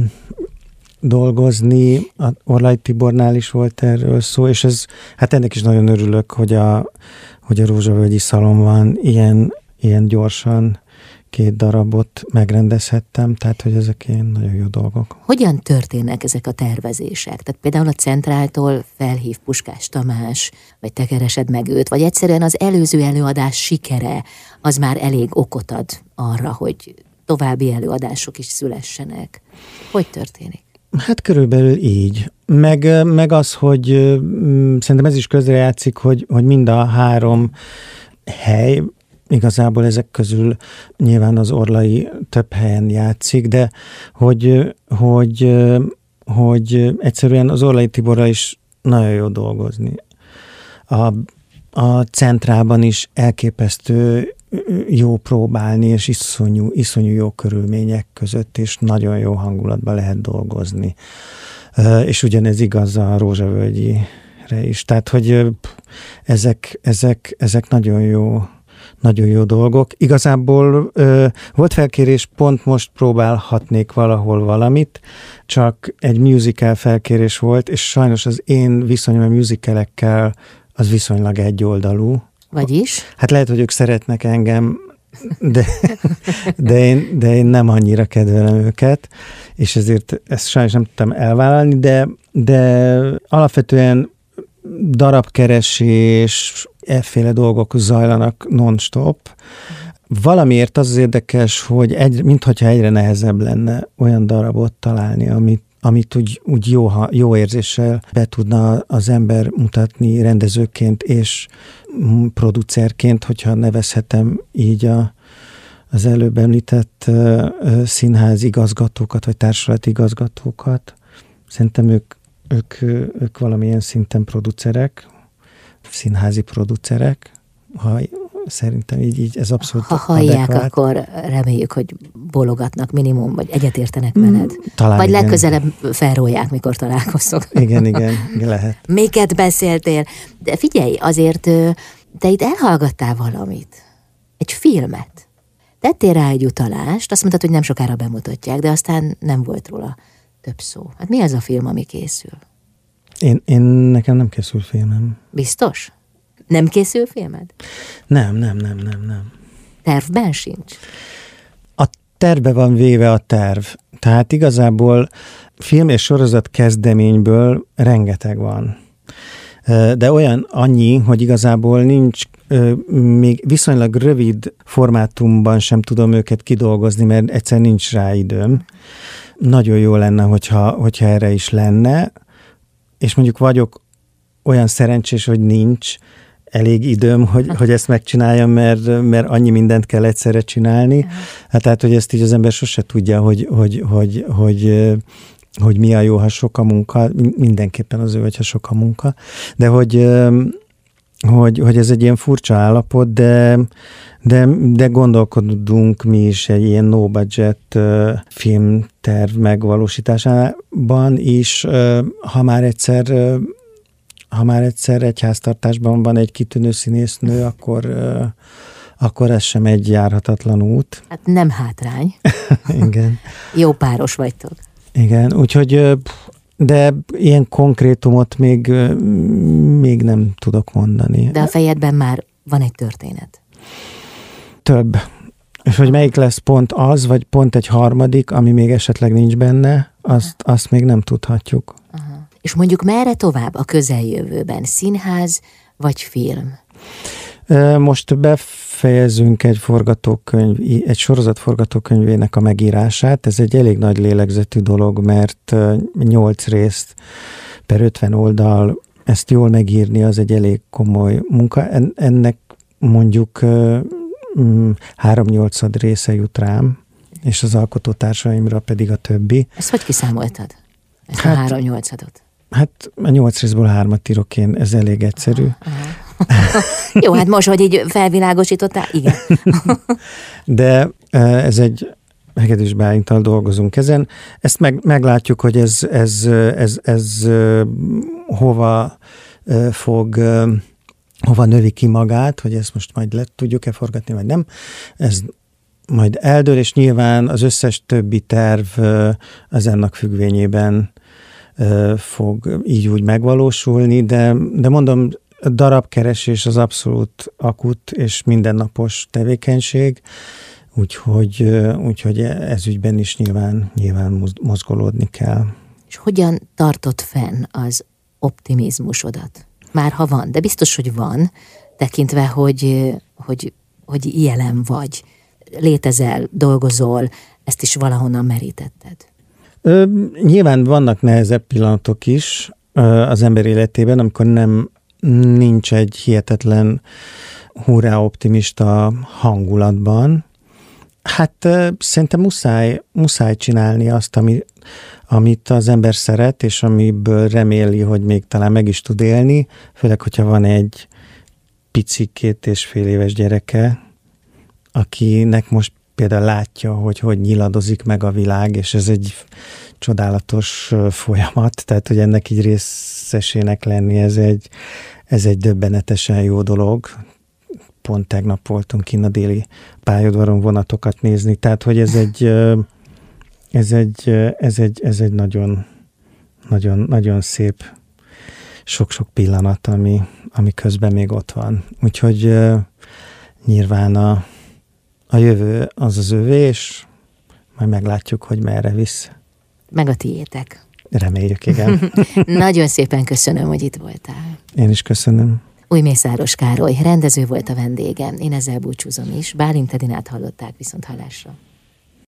dolgozni. A Orlai Tibornál is volt erről szó, és ez, hát ennek is nagyon örülök, hogy a, hogy a Rózsavölgyi Szalonban ilyen, ilyen gyorsan két darabot megrendezhettem, tehát, hogy ezek ilyen nagyon jó dolgok. Hogyan történnek ezek a tervezések? Tehát például a Centráltól felhív Puskás Tamás, vagy te keresed meg őt, vagy egyszerűen az előző előadás sikere, az már elég okot ad arra, hogy további előadások is szülessenek. Hogy történik? Hát körülbelül így. Meg, meg az, hogy mm, szerintem ez is közrejátszik, hogy, hogy mind a három hely, igazából ezek közül nyilván az Orlai több helyen játszik, de hogy, hogy, hogy egyszerűen az Orlai Tiborral is nagyon jó dolgozni. A, a Centrában is elképesztő jó próbálni, és iszonyú, iszonyú jó körülmények között, és nagyon jó hangulatban lehet dolgozni. És ugyanez igaz a Rózsavölgyire is. Tehát, hogy ezek, ezek, ezek nagyon jó, nagyon jó dolgok. Igazából volt felkérés, pont most próbálhatnék valahol valamit, csak egy musical felkérés volt, és sajnos az én viszonyom a musicalekkel az viszonylag egyoldalú. Vagyis? Hát lehet, hogy ők szeretnek engem, de, de, én, de én nem annyira kedvelem őket, és ezért ezt sajnos nem tudtam elvállalni, de, de alapvetően darabkeresés, efféle dolgok zajlanak non-stop. Valamiért az az érdekes, hogy egy, minthogyha egyre nehezebb lenne olyan darabot találni, amit amit úgy, úgy jó, jó érzéssel be tudna az ember mutatni rendezőként és producerként, hogyha nevezhetem így a, az előbb említett uh, színház igazgatókat, vagy társulati igazgatókat. Szerintem ők, ők, ők valamilyen szinten producerek, színházi producerek, ha szerintem így, így ez abszolút Ha hallják, akkor reméljük, hogy bologatnak minimum, vagy egyetértenek veled. Talán vagy igen. Legközelebb felrólják, mikor találkoztok. Igen, igen, lehet. Miket beszéltél? De figyelj, azért te itt elhallgattál valamit. Egy filmet. Tettél rá egy utalást, azt mondtad, hogy nem sokára bemutatják, de aztán nem volt róla több szó. Hát mi az a film, ami készül? Én, én nekem nem készül filmem. Biztos? Nem készül filmed? Nem, nem, nem, nem, nem. Tervben sincs? A tervbe van véve a terv. Tehát igazából film és sorozat kezdeményből rengeteg van. De olyan annyi, hogy igazából nincs, még viszonylag rövid formátumban sem tudom őket kidolgozni, mert egyszer nincs rá időm. Nagyon jó lenne, hogyha, hogyha erre is lenne, és mondjuk vagyok olyan szerencsés, hogy nincs elég időm, hogy, hogy ezt megcsináljam, mert, mert annyi mindent kell egyszerre csinálni. Hát tehát, hogy ezt így az ember sose tudja, hogy, hogy, hogy, hogy, hogy mi a jó, ha sok a munka. Mindenképpen az ő, hogyha sok a munka. De hogy, hogy, hogy ez egy ilyen furcsa állapot, de, de, de gondolkodunk mi is egy ilyen no-budget filmterv megvalósításában is, ha már egyszer ha már egyszer egy háztartásban van egy kitűnő színésznő, akkor, uh, akkor ez sem egy járhatatlan út. Hát nem hátrány. Igen. Jó páros vagytok. Igen, úgyhogy, de ilyen konkrétumot még, még nem tudok mondani. De a fejedben már van egy történet. Több. És hogy melyik lesz pont az, vagy pont egy harmadik, ami még esetleg nincs benne, azt, azt még nem tudhatjuk. Aha. És mondjuk merre tovább a közeljövőben? Színház vagy film? Most befejezünk egy forgatókönyv, egy sorozat forgatókönyvének a megírását. Ez egy elég nagy lélegzetű dolog, mert nyolc részt per ötven oldal, ezt jól megírni, az egy elég komoly munka. Ennek mondjuk háromnyolcad része jut rám, és az alkotótársaimra pedig a többi. Ezt hogy kiszámoltad? Ezt hát, a háromnyolcadot? Hát a nyolc részből hármat írok én, ez elég egyszerű. Aha, aha. Jó, hát most, hogy így felvilágosítottál, igen. De ez egy, Hegedűs Bálinttal dolgozunk ezen. Ezt meg, meglátjuk, hogy ez, ez, ez, ez hova fog, hova növi ki magát, hogy ezt most majd le tudjuk-e forgatni, vagy nem. Ez majd eldől, és nyilván az összes többi terv az ennek függvényében fog így úgy megvalósulni, de, de mondom, a darabkeresés az abszolút akut és mindennapos tevékenység, úgyhogy, úgyhogy ez ügyben is nyilván, nyilván mozgolódni kell. És hogyan tartott fenn az optimizmusodat? Már ha van, de biztos, hogy van, tekintve, hogy, hogy, hogy jelen vagy, létezel, dolgozol, ezt is valahonnan merítetted. Ö, nyilván vannak nehezebb pillanatok is ö, az ember életében, amikor nem nincs egy hihetetlen hurrá optimista hangulatban. Hát ö, szerintem muszáj, muszáj csinálni azt, ami, amit az ember szeret, és amiből reméli, hogy még talán meg is tud élni, főleg, hogyha van egy pici két és fél éves gyereke, akinek most például látja, hogy hogy nyiladozik meg a világ, és ez egy csodálatos folyamat, tehát hogy ennek így részesének lenni, ez egy, ez egy döbbenetesen jó dolog. Pont tegnap voltunk kint a déli pályaudvaron vonatokat nézni, tehát hogy ez egy, ez egy, ez egy, ez egy nagyon, nagyon, nagyon szép sok-sok pillanat, ami, ami közben még ott van. Úgyhogy nyilván a A jövő az az övé, és majd meglátjuk, hogy merre visz. Meg a tiétek. Reméljük, igen. Nagyon szépen köszönöm, hogy itt voltál. Én is köszönöm. Újmészáros Károly rendező volt a vendégem. Én ezzel búcsúzom is. Bálint Edinát hallották, viszont hallásra.